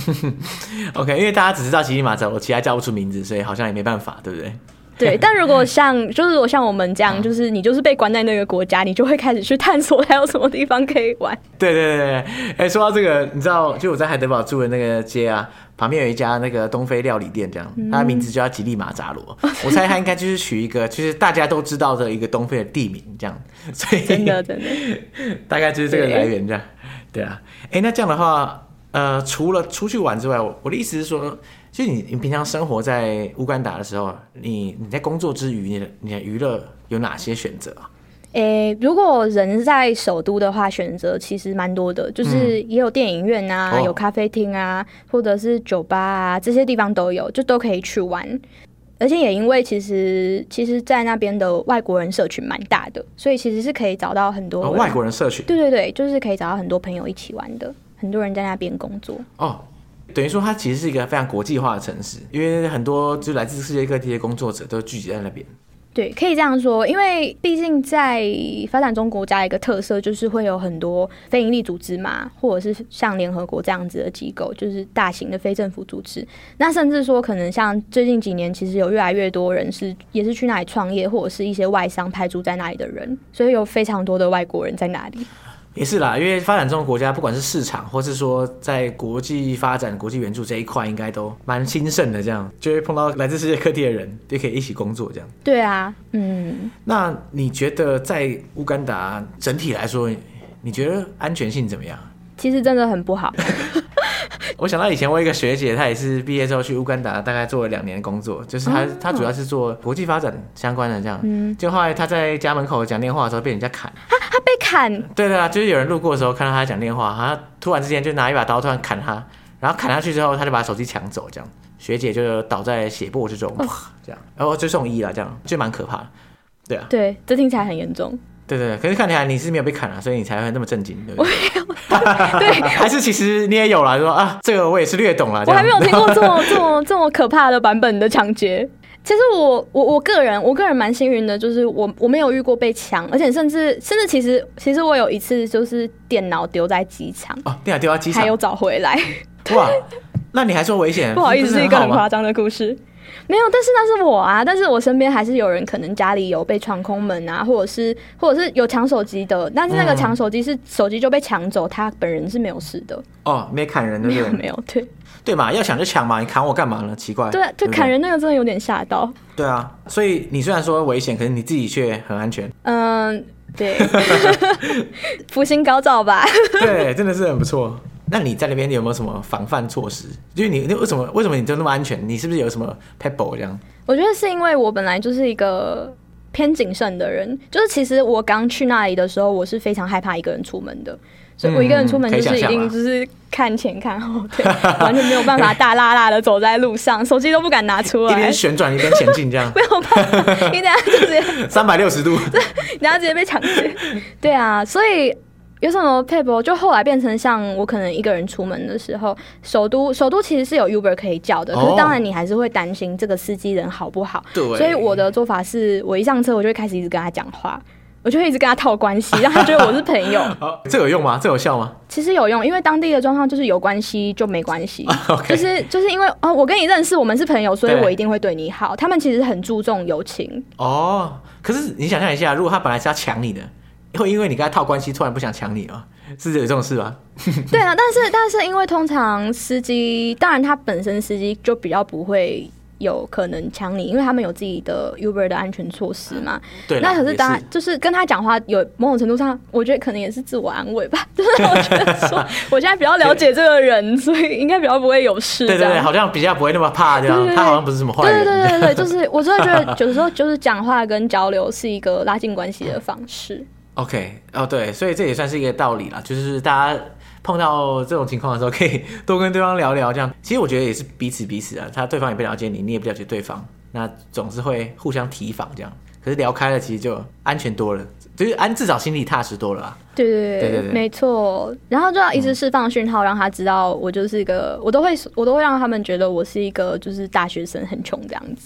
OK， 因为大家只知道吉力马扎罗，其他叫不出名字，所以好像也没办法，对不对？
对，但如果像我们这样，就是你就是被关在那个国家，你就会开始去探索还有什么地方可以玩。
对，说到这个，你知道，就我在海德堡住的那个街啊，旁边有一家那个东非料理店，这样，它的名字就叫吉力马扎罗。我猜它应该就是取一个，就是大家都知道的一个东非的地名，这样。所以
真的，
大概就是这个来源这样。对啊，那这样的话，除了出去玩之外，我的意思是说。就你平常生活在乌干达的时候，你在工作之余，你的娱乐有哪些选择啊？
如果人在首都的话，选择其实蛮多的，就是也有电影院啊，有咖啡厅啊，或者是酒吧啊，这些地方都有，就都可以去玩。而且也因为其实在那边的外国人社群蛮大的，所以其实是可以找到很多
外国人社群。
对，就是可以找到很多朋友一起玩的，很多人在那边工作。
等于说它其实是一个非常国际化的城市，因为很多就来自世界各地的工作者都聚集在那边。
对，可以这样说，因为毕竟在发展中国家一个特色就是会有很多非营利组织嘛，或者是像联合国这样子的机构，就是大型的非政府组织。那甚至说可能像最近几年，其实有越来越多人也是去那里创业，或者是一些外商派驻在那里的人，所以有非常多的外国人在那里。
也是啦，因为发展中的国家，不管是市场，或是说在国际发展、国际援助这一块，应该都蛮兴盛的。这样就会碰到来自世界各地的人，就可以一起工作。这样
对啊，
那你觉得在乌干达整体来说，你觉得安全性怎么样？
其实真的很不好。
我想到以前我一个学姐，她也是毕业之后去乌干达，大概做了2年工作，就是她主要是做国际发展相关的这样。就后来她在家门口讲电话的时候被人家砍。
她被砍？
对啊，就是有人路过的时候看到她讲电话，她突然之间就拿一把刀突然砍她，然后砍下去之后，她就把手机抢走，这样学姐就倒在血泊之中，这样，然后就送医了，这样就蛮可怕的。对啊，
对，这听起来很严重。
对，可是看起来你是没有被砍啊，所以你才会那么震惊，对不对？
我没有，对，
还是其实你也有啦，说啊，这个我也是略懂啦。
我还没有听过这么可怕的版本的抢劫。其实我个人蛮幸运的，就是我没有遇过被抢，而且甚至其实我有一次就是电脑丢在机场，
电脑丢在机场
还有找回来。
哇，那你还说危险？
不好意思，是一个很夸张的故事。没有，但是那是我啊，但是我身边还是有人可能家里有被闯空门啊，或者是有抢手机的，但是那个抢手机是手机就被抢走，他本人是没有事的。
没砍人，对不对？
没有，
对嘛，要抢就抢嘛，你砍我干嘛呢？奇怪。
对，就砍人那个真的有点吓到。
对啊，所以你虽然说危险，可是你自己却很安全。
对，福星高照吧。
对，真的是很不错。那你在那边有没有什么防范措施？就是你为什么你就那么安全？你是不是有什么 pebble 这样？
我觉得是因为我本来就是一个偏谨慎的人，就是其实我刚去那里的时候，我是非常害怕一个人出门的，所以我一个人出门就是一定就是看前看后，对，完全没有办法大剌剌的走在路上，手机都不敢拿出来，
一边旋转一边前进这样，
没有办法，你等下就直接
360度，
你等下直接被抢劫。对啊，所以。有什么配博？就后来变成像我可能一个人出门的时候，首都其实是有 Uber 可以叫的，可是当然你还是会担心这个司机人好不好。
对，
所以我的做法是我一上车我就会开始一直跟他讲话，我就会一直跟他套关系，让他觉得我是朋友。
这有用吗？这有效吗？
其实有用，因为当地的状况就是有关系就没关系，就是因为我跟你认识，我们是朋友，所以我一定会对你好。他们其实很注重友情。
可是你想象一下，如果他本来是要抢你的。会因为你跟他套关系，突然不想抢你吗？是有这种事吗？
对啊，但是因为通常司机，当然他本身司机就比较不会有可能抢你，因为他们有自己的 Uber 的安全措施嘛。
对，
那可是当然就是跟他讲话，有某种程度上，我觉得可能也是自我安慰吧。就是我觉得说，我现在比较了解这个人，所以应该比较不会有事。
对，好像比较不会那么怕这样。他好像不是什么坏人。
对，就是我真的觉得有时候就是讲话跟交流是一个拉近关系的方式。
OK， 对，所以这也算是一个道理啦，就是大家碰到这种情况的时候，可以多跟对方聊聊，这样其实我觉得也是彼此啊，对方也不了解你，你也不了解对方，那总是会互相提防这样。可是聊开了，其实就安全多了，就是至少心里踏实多了啦。对，
没错。然后就要一直释放讯号，让他知道我就是一个，我都会让他们觉得我是一个就是大学生，很穷这样子。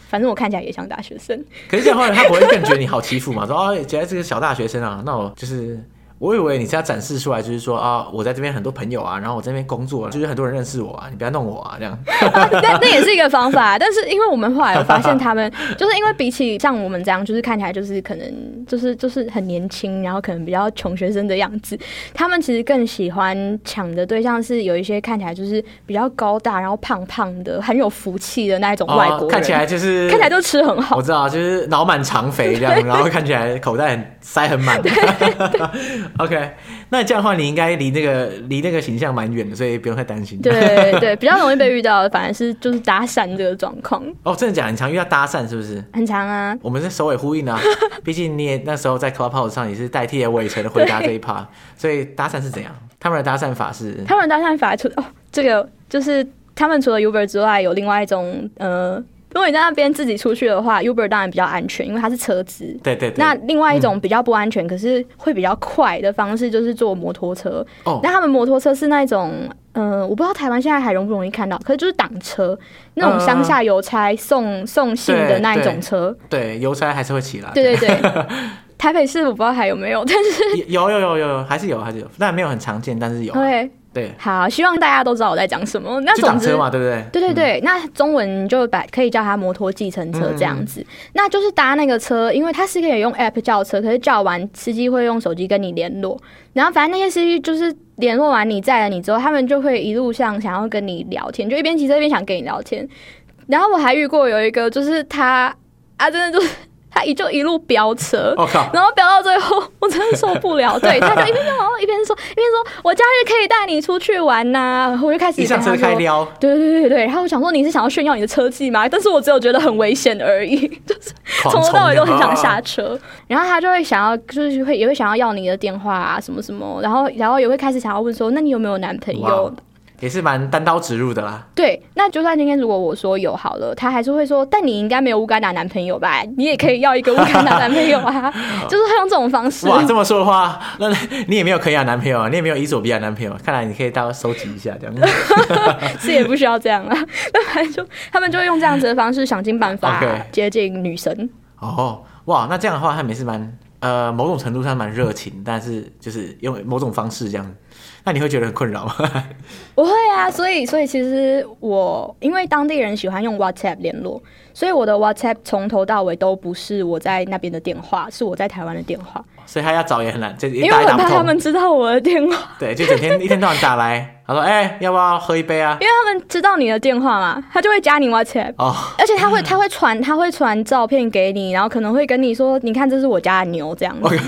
反正我看起来也像大学生。
可是这样的话，他不会更觉得你好欺负嘛？说哦，觉得这个小大学生啊，那我就是。我以为你是要展示出来，就是说啊，我在这边很多朋友啊，然后我在那边工作，就是很多人认识我啊，你不要弄我啊，这样。
那也是一个方法，但是因为我们后来有发现，他们就是因为比起像我们这样，就是看起来就是可能就是很年轻，然后可能比较穷学生的样子，他们其实更喜欢抢的对象是有一些看起来就是比较高大，然后胖胖的，很有福气的那一种外国人，
看起来就
吃很好。
我知道，就是脑满肠肥这样，然后看起来口袋塞很满。OK， 那这样的话，你应该离那个形象蛮远的，所以不用太担心。
对，比较容易被遇到的反而是就是搭讪这个状况。
哦，真的假的？你常遇到搭讪是不是？
很常啊。我
们是首尾呼应啊，毕竟你也那时候在 Clubhouse 上也是代替了伟成的回答这一 part， 所以搭讪是怎样？他们的搭讪法是？他们的搭讪法
这个就是他们除了 Uber 之外，有另外一种如果你在那边自己出去的话 ，Uber 当然比较安全，因为它是车子。
对。
那另外一种比较不安全，可是会比较快的方式，就是坐摩托车。那他们摩托车是那种，我不知道台湾现在还容不容易看到，可是就是挡车，那种乡下邮差送信的那一种车。
对，邮差还是会起来。
对。台北市我不知道还有没有，但是
有，还是有，但没有很常见，但是有。对，
好，希望大家都知道我在讲什么。那总之
就挡车嘛，对不对？
对，那中文就可以叫它摩托计程车这样子。那就是搭那个车，因为它是可以用 app 叫车，可是叫完司机会用手机跟你联络。然后反正那些司机就是联络完你载了你之后，他们就会一路上想要跟你聊天，就一边骑车一边想跟你聊天。然后我还遇过有一个，就是他真的就是。他一路飙车，然后飙到最后，我真的受不了。对，他就一边说我假日可以带你出去玩呐，我就开始
一上车开撩。
对。然后我想说你是想要炫耀你的车技吗？但是我只有觉得很危险而已，就是从头到尾都很想下车。然后他就会想要，就是也会想要你的电话啊什么什么，然后也会开始想要问说，那你有没有男朋友？
也是蛮单刀直入的啦。
对，那就算今天如果我说有好了，他还是会说，但你应该没有乌干达男朋友吧？你也可以要一个乌干达男朋友啊，就是会用这种方式。
哇，这么说的话，那你也没有肯亚男朋友啊，你也没有伊索比亚男朋友，看来你可以到收集一下这样。
是也不需要这样啊，他们就会用这样子的方式想尽办法接近女神。
哇，那这样的话，他们也是蛮某种程度上蛮热情，但是就是用某种方式这样。那你会觉得很困扰吗？
我会啊，所以其实我因为当地人喜欢用 WhatsApp 联络，所以我的 WhatsApp 从头到尾都不是我在那边的电话，是我在台湾的电话。
所以他要找也很难，
因为我很怕他们知道我的电话。
对，就整天一天到晚打来，他说：“要不要喝一杯啊？”
因为他们知道你的电话嘛，他就会加你 WhatsApp。而且他会传照片给你，然后可能会跟你说：“你看，这是我家的牛。”这样子。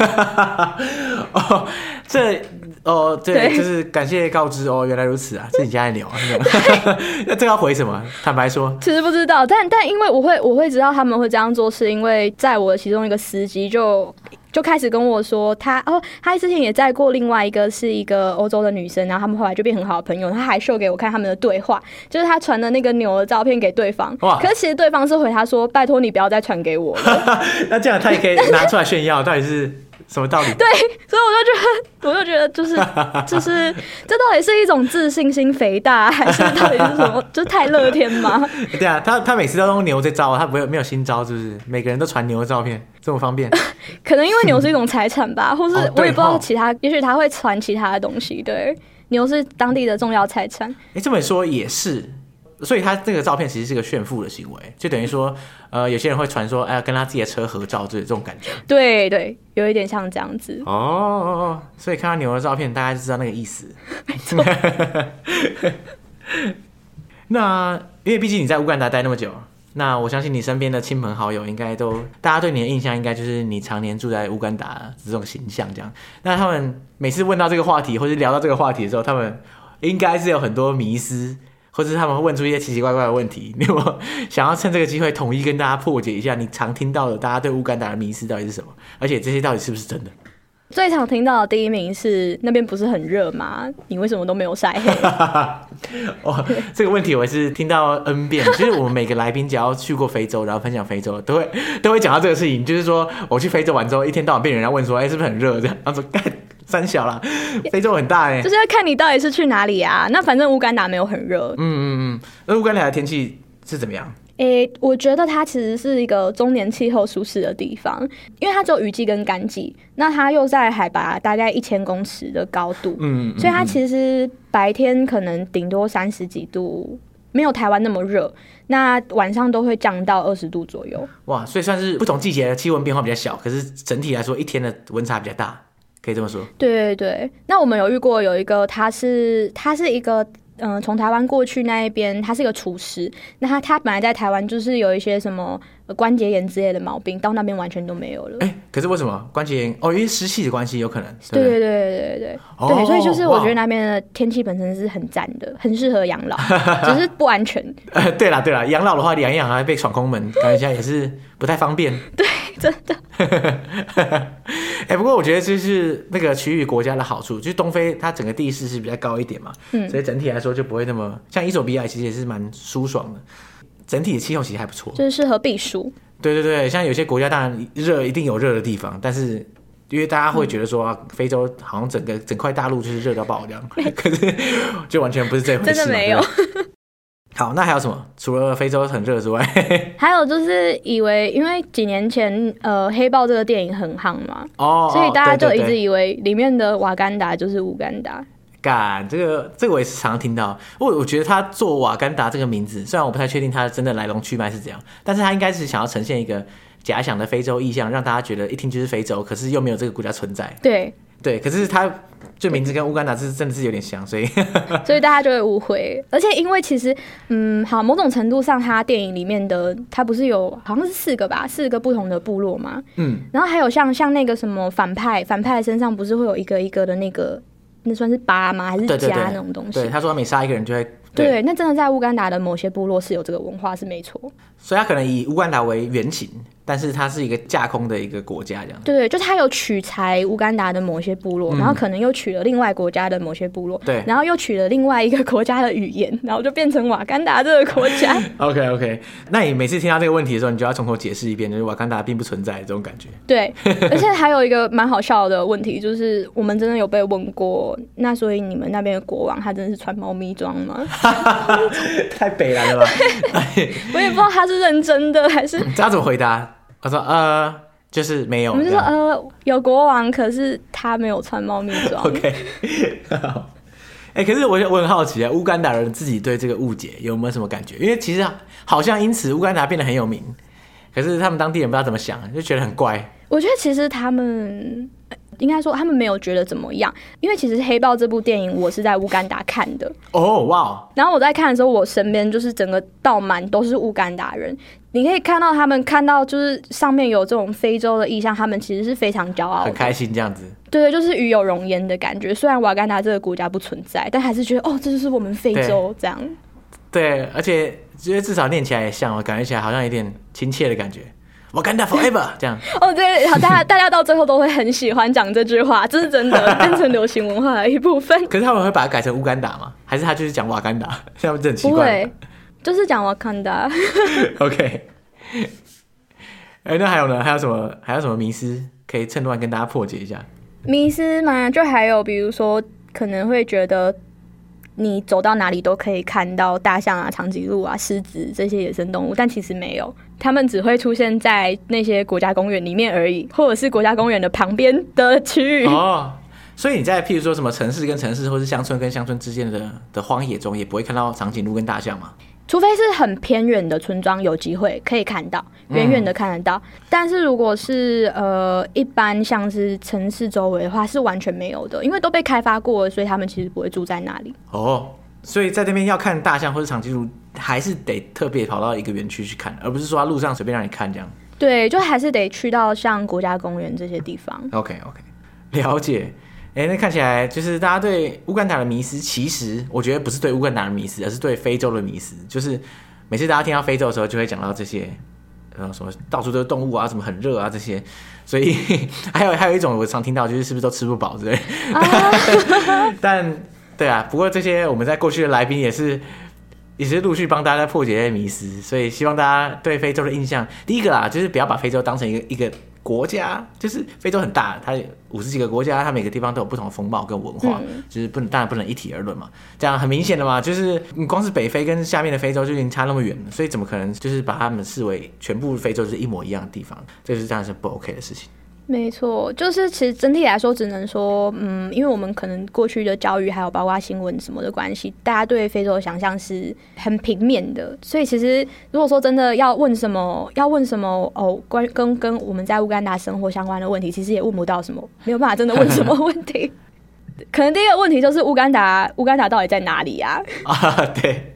对，就是感谢告知原来如此啊，是你家的牛啊。那这要回什么？坦白说，
其实不知道，但因为我会知道他们会这样做，是因为在我其中一个司机就开始跟我说，他之前也载过另外一个是一个欧洲的女生，然后他们后来就变很好的朋友，他还秀给我看他们的对话，就是他传的那个牛的照片给对方，可是其实对方是回他说：“拜托你不要再传给我了。”
那这样他也可以拿出来炫耀，到底是什么道理？
对，所以我就觉得就是这到底是一种自信心肥大，还是到底是什么？就是太乐天吗？
对啊，他每次都用牛这招，他没有新招，是不是？每个人都传牛的照片，这么方便？
可能因为牛是一种财产吧，或是我也不知道其他，也许他会传其他的东西。对，牛是当地的重要财产。
这么说也是。所以他这个照片其实是个炫富的行为，就等于说，有些人会传说，跟他自己的车合照，这种感觉。对，
有一点像这样子。
所以看到牛的照片，大家就知道那个意思。
没错。
那因为毕竟你在乌干达待那么久，那我相信你身边的亲朋好友应该大家对你的印象应该就是你常年住在乌干达这种形象这样。那他们每次问到这个话题，或者聊到这个话题的时候，他们应该是有很多迷思。或者他们会问出一些奇奇怪怪的问题，你有没有想要趁这个机会统一跟大家破解一下你常听到的大家对乌干达的迷思到底是什么？而且这些到底是不是真的？
最常听到的第一名是那边不是很热吗？你为什么都没有晒黑？
这个问题我是听到 N 遍。就是我们每个来宾只要去过非洲，然后分享非洲，都会讲到这个事情。就是说我去非洲玩之后，一天到晚被人家问说，是不是很热？这样，然后说干三小啦，非洲很大就是
要看你到底是去哪里啊。那反正乌干达没有很热。
那乌干达的天气是怎么样？
我觉得它其实是一个中年气候舒适的地方，因为它只有雨季跟干季，那它又在海拔大概1000公尺的高度，所以它其实白天可能顶多30几度，没有台湾那么热，那晚上都会降到20度左右。哇，
所以算是不同季节的气温变化比较小，可是整体来说一天的温差比较大，可以这么说。
对对对，那我们有遇过有一个，他是一个从台湾过去那一边，他是一个厨师。那他本来在台湾就是有一些什么关节炎之类的毛病，到那边完全都没有了。
可是为什么关节炎？因为湿气的关系，有可能。
对对对对对对，所以就是我觉得那边的天气本身是很赞的，很适合养老，只是不安全。
对啦对啦，养老的话养一养还被闯空门，感觉起来也是不太方便。
对，真的。
不过我觉得这是那个区域国家的好处，就是东非它整个地势是比较高一点嘛，所以整体来说就不会那么像伊索比亚，其实也是蛮舒爽的，整体的气候其实还不错，
就是适合避暑。对
对对，像有些国家当然热一定有热的地方，但是因为大家会觉得说非洲好像整块大陆就是热到爆这样，可是就完全不是这回事，
真的没有。
好，那还有什么？除了非洲很热之外，
还有就是以为，因为几年前黑豹这个电影很夯嘛，所以大家就一直以为里面的瓦干达就是乌干达。
这个我也是常常听到。我觉得他做瓦干达这个名字，虽然我不太确定他真的来龙去脉是怎样，但是他应该是想要呈现一个假想的非洲意象，让大家觉得一听就是非洲，可是又没有这个国家存在。对，可是他就名字跟乌干达真的是有点像，所以
大家就会误会。而且因为其实好，某种程度上他电影里面的他不是有好像是4个不同的部落嘛，然后还有像那个什么反派身上不是会有一个一个的那算是疤吗？还是痂那种东西？
对，他说他每杀一个人就会。
对，那真的在乌干达的某些部落是有这个文化，是没错。
所以他可能以乌干达为原型，但是它是一个架空的一个国家这样。
对，就他有取材乌干达的某些部落，然后可能又取了另外国家的某些部落，
对，
然后又取了另外一个国家的语言，然后就变成瓦干达这个国家。
OK， 那你每次听到这个问题的时候，你就要从头解释一遍，就是瓦干达并不存在这种感觉。对，
而且还有一个蛮好笑的问题，就是我们真的有被问过，那所以你们那边的国王他真的是穿猫咪装吗？
太北蓝了吧。
我也不知道他是认真的还是
他怎么回答？他说就是没有。
我们就说有国王，可是他没有穿猫咪装。
OK， 好。可是我很好奇啊，乌干达人自己对这个误解有没有什么感觉？因为其实好像因此乌干达变得很有名，可是他们当地人不知道怎么想，就觉得很怪。
我觉得其实他们应该说他们没有觉得怎么样，因为其实《黑豹》这部电影我是在乌干达看的。哇！然后我在看的时候，我身边就是整个道满都是乌干达人，你可以看到他们看到就是上面有这种非洲的意象，他们其实是非常骄傲的，
很开心这样子。
对，就是与有荣焉的感觉。虽然瓦干达这个国家不存在，但还是觉得这就是我们非洲这样。
对，而且觉得至少念起来也像，我感觉起来好像有点亲切的感觉。Wakanda forever 这样。
对，好，大家到最后都会很喜欢讲这句话，这是真的，变成流行文化的一部分。
可是他们会把它改成乌干达吗？还是他就是讲瓦干达？这样很奇怪。不会，
就是讲瓦干达。
OK。那还有呢？还有什么迷思可以趁乱跟大家破解一下？
迷思嘛，就还有比如说，可能会觉得你走到哪里都可以看到大象啊、长颈鹿啊、狮子这些野生动物，但其实没有，它们只会出现在那些国家公园里面而已，或者是国家公园的旁边的区域。
所以你在譬如说什么城市跟城市，或是乡村跟乡村之间的荒野中，也不会看到长颈鹿跟大象吗？
除非是很偏远的村庄有机会可以看到，远远的看得到。但是如果是一般像是城市周围的话，是完全没有的，因为都被开发过了，所以他们其实不会住在那里。
所以在这边要看大象或是长颈鹿，还是得特别跑到一个园区去看，而不是说路上随便让你看这样。
对，就还是得去到像国家公园这些地方。
OK， 了解。那看起来就是大家对乌干达的迷思，其实我觉得不是对乌干达的迷思，而是对非洲的迷思。就是每次大家听到非洲的时候，就会讲到这些，什么到处都是动物啊，什么很热啊这些。所以还有一种我常听到，就是是不是都吃不饱之类。但对啊，不过这些我们在过去的来宾也是陆续帮大家破解这些迷思，所以希望大家对非洲的印象，第一个啦，就是不要把非洲当成一个国家，就是非洲很大，它50几个国家，它每个地方都有不同的风貌跟文化，就是当然不能一体而论嘛。这样很明显的嘛，就是你光是北非跟下面的非洲就已经差那么远了，所以怎么可能就是把他们视为全部非洲是一模一样的地方？这是当然是不 OK 的事情。
没错，就是其实整体来说，只能说，因为我们可能过去的教育还有包括新闻什么的关系，大家对非洲的想象是很平面的，所以其实如果说真的要问什么哦，跟我们在乌干达生活相关的问题，其实也问不到什么，没有办法真的问什么问题。可能第一个问题就是乌干达到底在哪里啊？
对，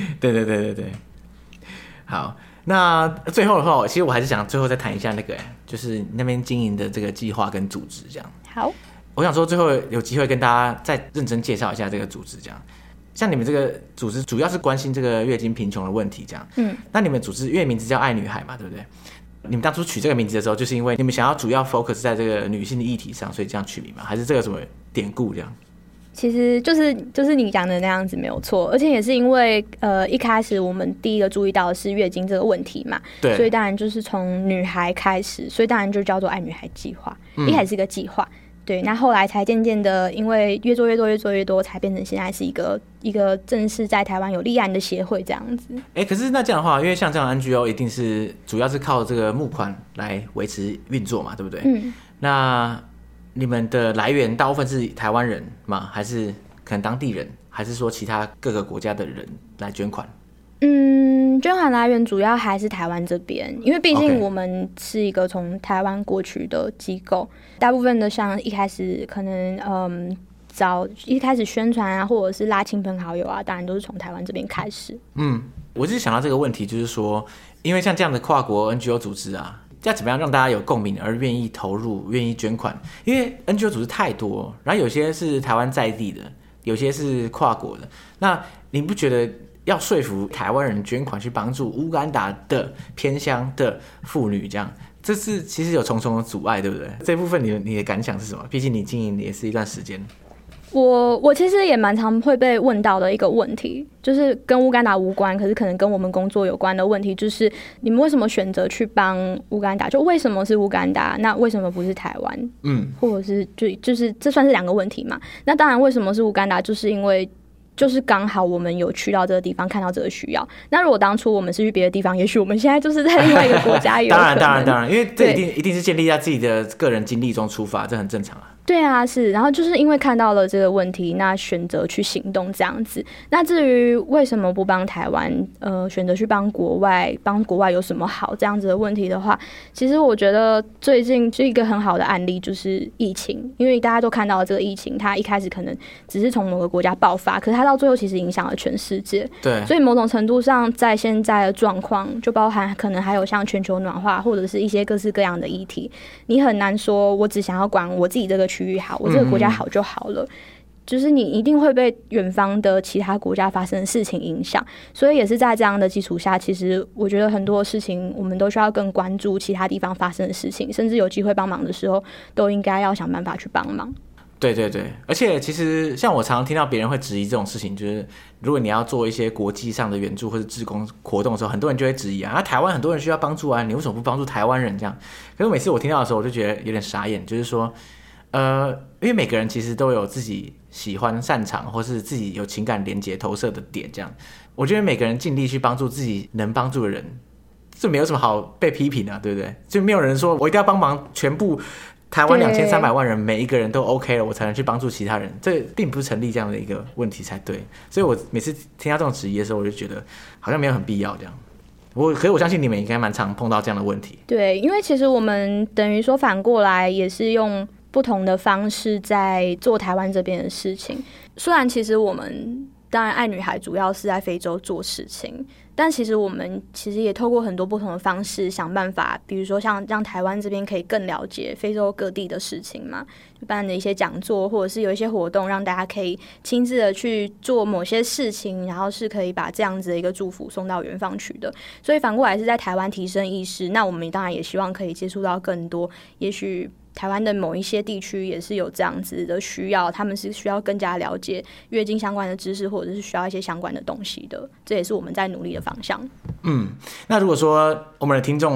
好。那最后的话，其实我还是想最后再谈一下那个，就是那边经营的这个计划跟组织这样。
好，
我想说最后有机会跟大家再认真介绍一下这个组织这样。像你们这个组织主要是关心这个月经贫穷的问题这样。那你们组织因为名字叫爱女孩嘛，对不对？你们当初取这个名字的时候，就是因为你们想要主要 focus 在这个女性的议题上，所以这样取名吗？还是这个什么典故这样？
其实就是你讲的那样子没有错，而且也是因为一开始我们第一个注意到的是月经这个问题嘛，对，所以当然就是从女孩开始，所以当然就叫做爱女孩计划，一开始是一个计划，对，那后来才渐渐的，因为越做越多，才变成现在是一个正式在台湾有立案的协会这样子。
可是那这样的话，因为像这样的 NGO 一定是主要是靠这个募款来维持运作嘛，对不对？那你们的来源大部分是台湾人吗？还是可能当地人？还是说其他各个国家的人来捐款？
捐款来源主要还是台湾这边，因为毕竟我们是一个从台湾过去的机构，大部分的像一开始可能一开始宣传啊，或者是拉亲朋好友啊，当然都是从台湾这边开始。
我就是想到这个问题，就是说，因为像这样的跨国 NGO 组织啊，要怎么样让大家有共鸣而愿意投入、愿意捐款？因为 NGO 组织太多，然后有些是台湾在地的，有些是跨国的。那你不觉得要说服台湾人捐款去帮助乌干达的偏乡的妇女，这样这是其实有重重的阻碍，对不对？这部分你的感想是什么？毕竟你经营也是一段时间。
我其实也蛮常会被问到的一个问题，就是跟乌干达无关，可是可能跟我们工作有关的问题，就是你们为什么选择去帮乌干达？就为什么是乌干达？那为什么不是台湾？或者是就是这算是两个问题嘛？那当然，为什么是乌干达？就是因为就是刚好我们有去到这个地方，看到这个需要。那如果当初我们是去别的地方，也许我们现在就是在另外一个国家也有可能。
当然，因为这一定是建立在自己的个人经历中出发，这很正常啊。
对啊，是，然后就是因为看到了这个问题，那选择去行动这样子。那至于为什么不帮台湾，选择去帮国外有什么好这样子的问题的话，其实我觉得最近是一个很好的案例，就是疫情，因为大家都看到了这个疫情，它一开始可能只是从某个国家爆发，可是它到最后其实影响了全世界。
对，
所以某种程度上，在现在的状况，就包含可能还有像全球暖化，或者是一些各式各样的议题，你很难说我只想要管我自己这个区域好，我这个国家好就好了，就是你一定会被远方的其他国家发生的事情影响，所以也是在这样的基础下，其实我觉得很多事情我们都需要更关注其他地方发生的事情，甚至有机会帮忙的时候，都应该要想办法去帮忙。
对，而且其实像我常常听到别人会质疑这种事情，就是如果你要做一些国际上的援助或者志工活动的时候，很多人就会质疑啊，台湾很多人需要帮助啊，你为什么不帮助台湾人这样？可是每次我听到的时候，我就觉得有点傻眼，就是说，因为每个人其实都有自己喜欢、擅长或是自己有情感连结投射的点，这样，我觉得每个人尽力去帮助自己能帮助的人，这没有什么好被批评的，对不对？就没有人说我一定要帮忙全部。台湾2300万人，每一个人都 OK 了，我才能去帮助其他人，这并不是成立这样的一个问题才对。所以我每次听到这种质疑的时候，我就觉得好像没有很必要这样。可是我相信你们应该蛮常碰到这样的问题。
对，因为其实我们等于说反过来也是用不同的方式在做台湾这边的事情。虽然其实我们当然爱女孩主要是在非洲做事情，但其实我们也透过很多不同的方式想办法，比如说像让台湾这边可以更了解非洲各地的事情嘛，就办的一些讲座或者是有一些活动，让大家可以亲自的去做某些事情，然后是可以把这样子的一个祝福送到远方去的。所以反过来是在台湾提升意识，那我们当然也希望可以接触到更多，也许台湾的某一些地区也是有这样子的需要，他们是需要更加了解月经相关的知识，或者是需要一些相关的东西的，这也是我们在努力的方向。
那如果说我们的听众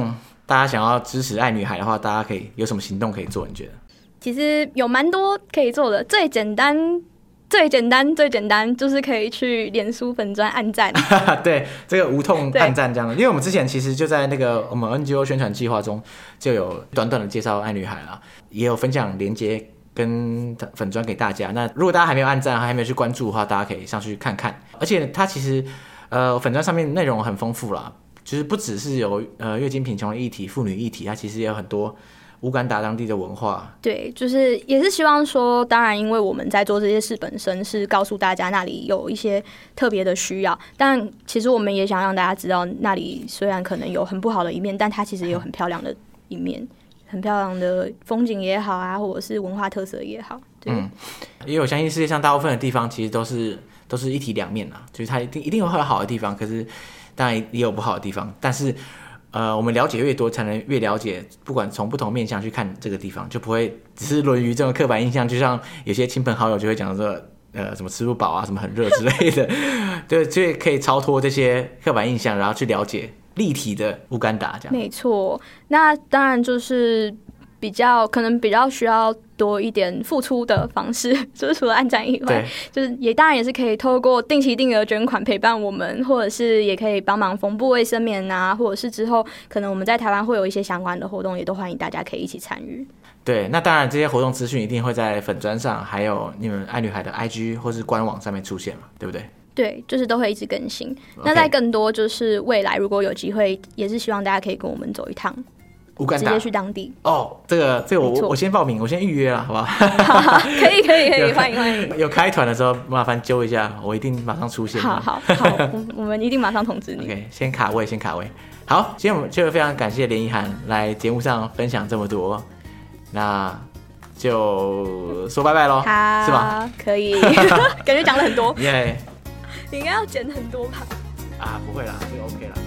大家想要支持爱女孩的话，大家可以有什么行动可以做？你觉得？
其实有蛮多可以做的，最简单就是可以去脸书粉专按赞。
对，这个无痛按赞这样的，因为我们之前其实就在那个我们 NGO 宣传计划中就有短短的介绍爱女孩啦，也有分享连结跟粉专给大家。那如果大家还没有按赞还没有去关注的话，大家可以上去看看。而且它其实粉专上面内容很丰富啦，就是不只是有月经贫穷的议题、妇女议题，它其实也有很多乌干达当地的文化。
对，就是也是希望说，当然因为我们在做这些事本身是告诉大家那里有一些特别的需要，但其实我们也想让大家知道那里虽然可能有很不好的一面，但它其实也有很漂亮的一面，很漂亮的风景也好啊，或者是文化特色也好。对，
因为我相信世界上大部分的地方其实都是一体两面啦，就是它一定有好的地方，可是当然也有不好的地方，但是我们了解越多，才能越了解，不管从不同面向去看这个地方，就不会只是沦于这种刻板印象。就像有些亲朋好友就会讲说，什么吃不饱啊，什么很热之类的，对，所以可以超脱这些刻板印象，然后去了解立体的乌干达这样。
没错，那当然就是可能比较需要多一点付出的方式，就是除了按赞以外，就是当然也是可以透过定期定额捐款陪伴我们，或者是也可以帮忙缝布卫生棉啊，或者是之后可能我们在台湾会有一些相关的活动，也都欢迎大家可以一起参与。对，
那当然这些活动资讯一定会在粉专上，还有你们爱女孩的 IG 或是官网上面出现嘛，对不对？
对，就是都会一直更新。那在更多就是未来如果有机会，也是希望大家可以跟我们走一趟。
乌干达
直接去当地
哦，这个我先报名，我先预约了，好不好？
可以，欢迎。
有开团的时候，麻烦揪一下，我一定马上出现。
好，我们一定马上通知你。
OK， 先卡位。好，今天我们就非常感谢连怡涵来节目上分享这么多，那就说拜拜咯，是吧？
可以，感觉讲了很多。
耶，
你应该要剪很多吧？
不会啦，这个 OK 啦。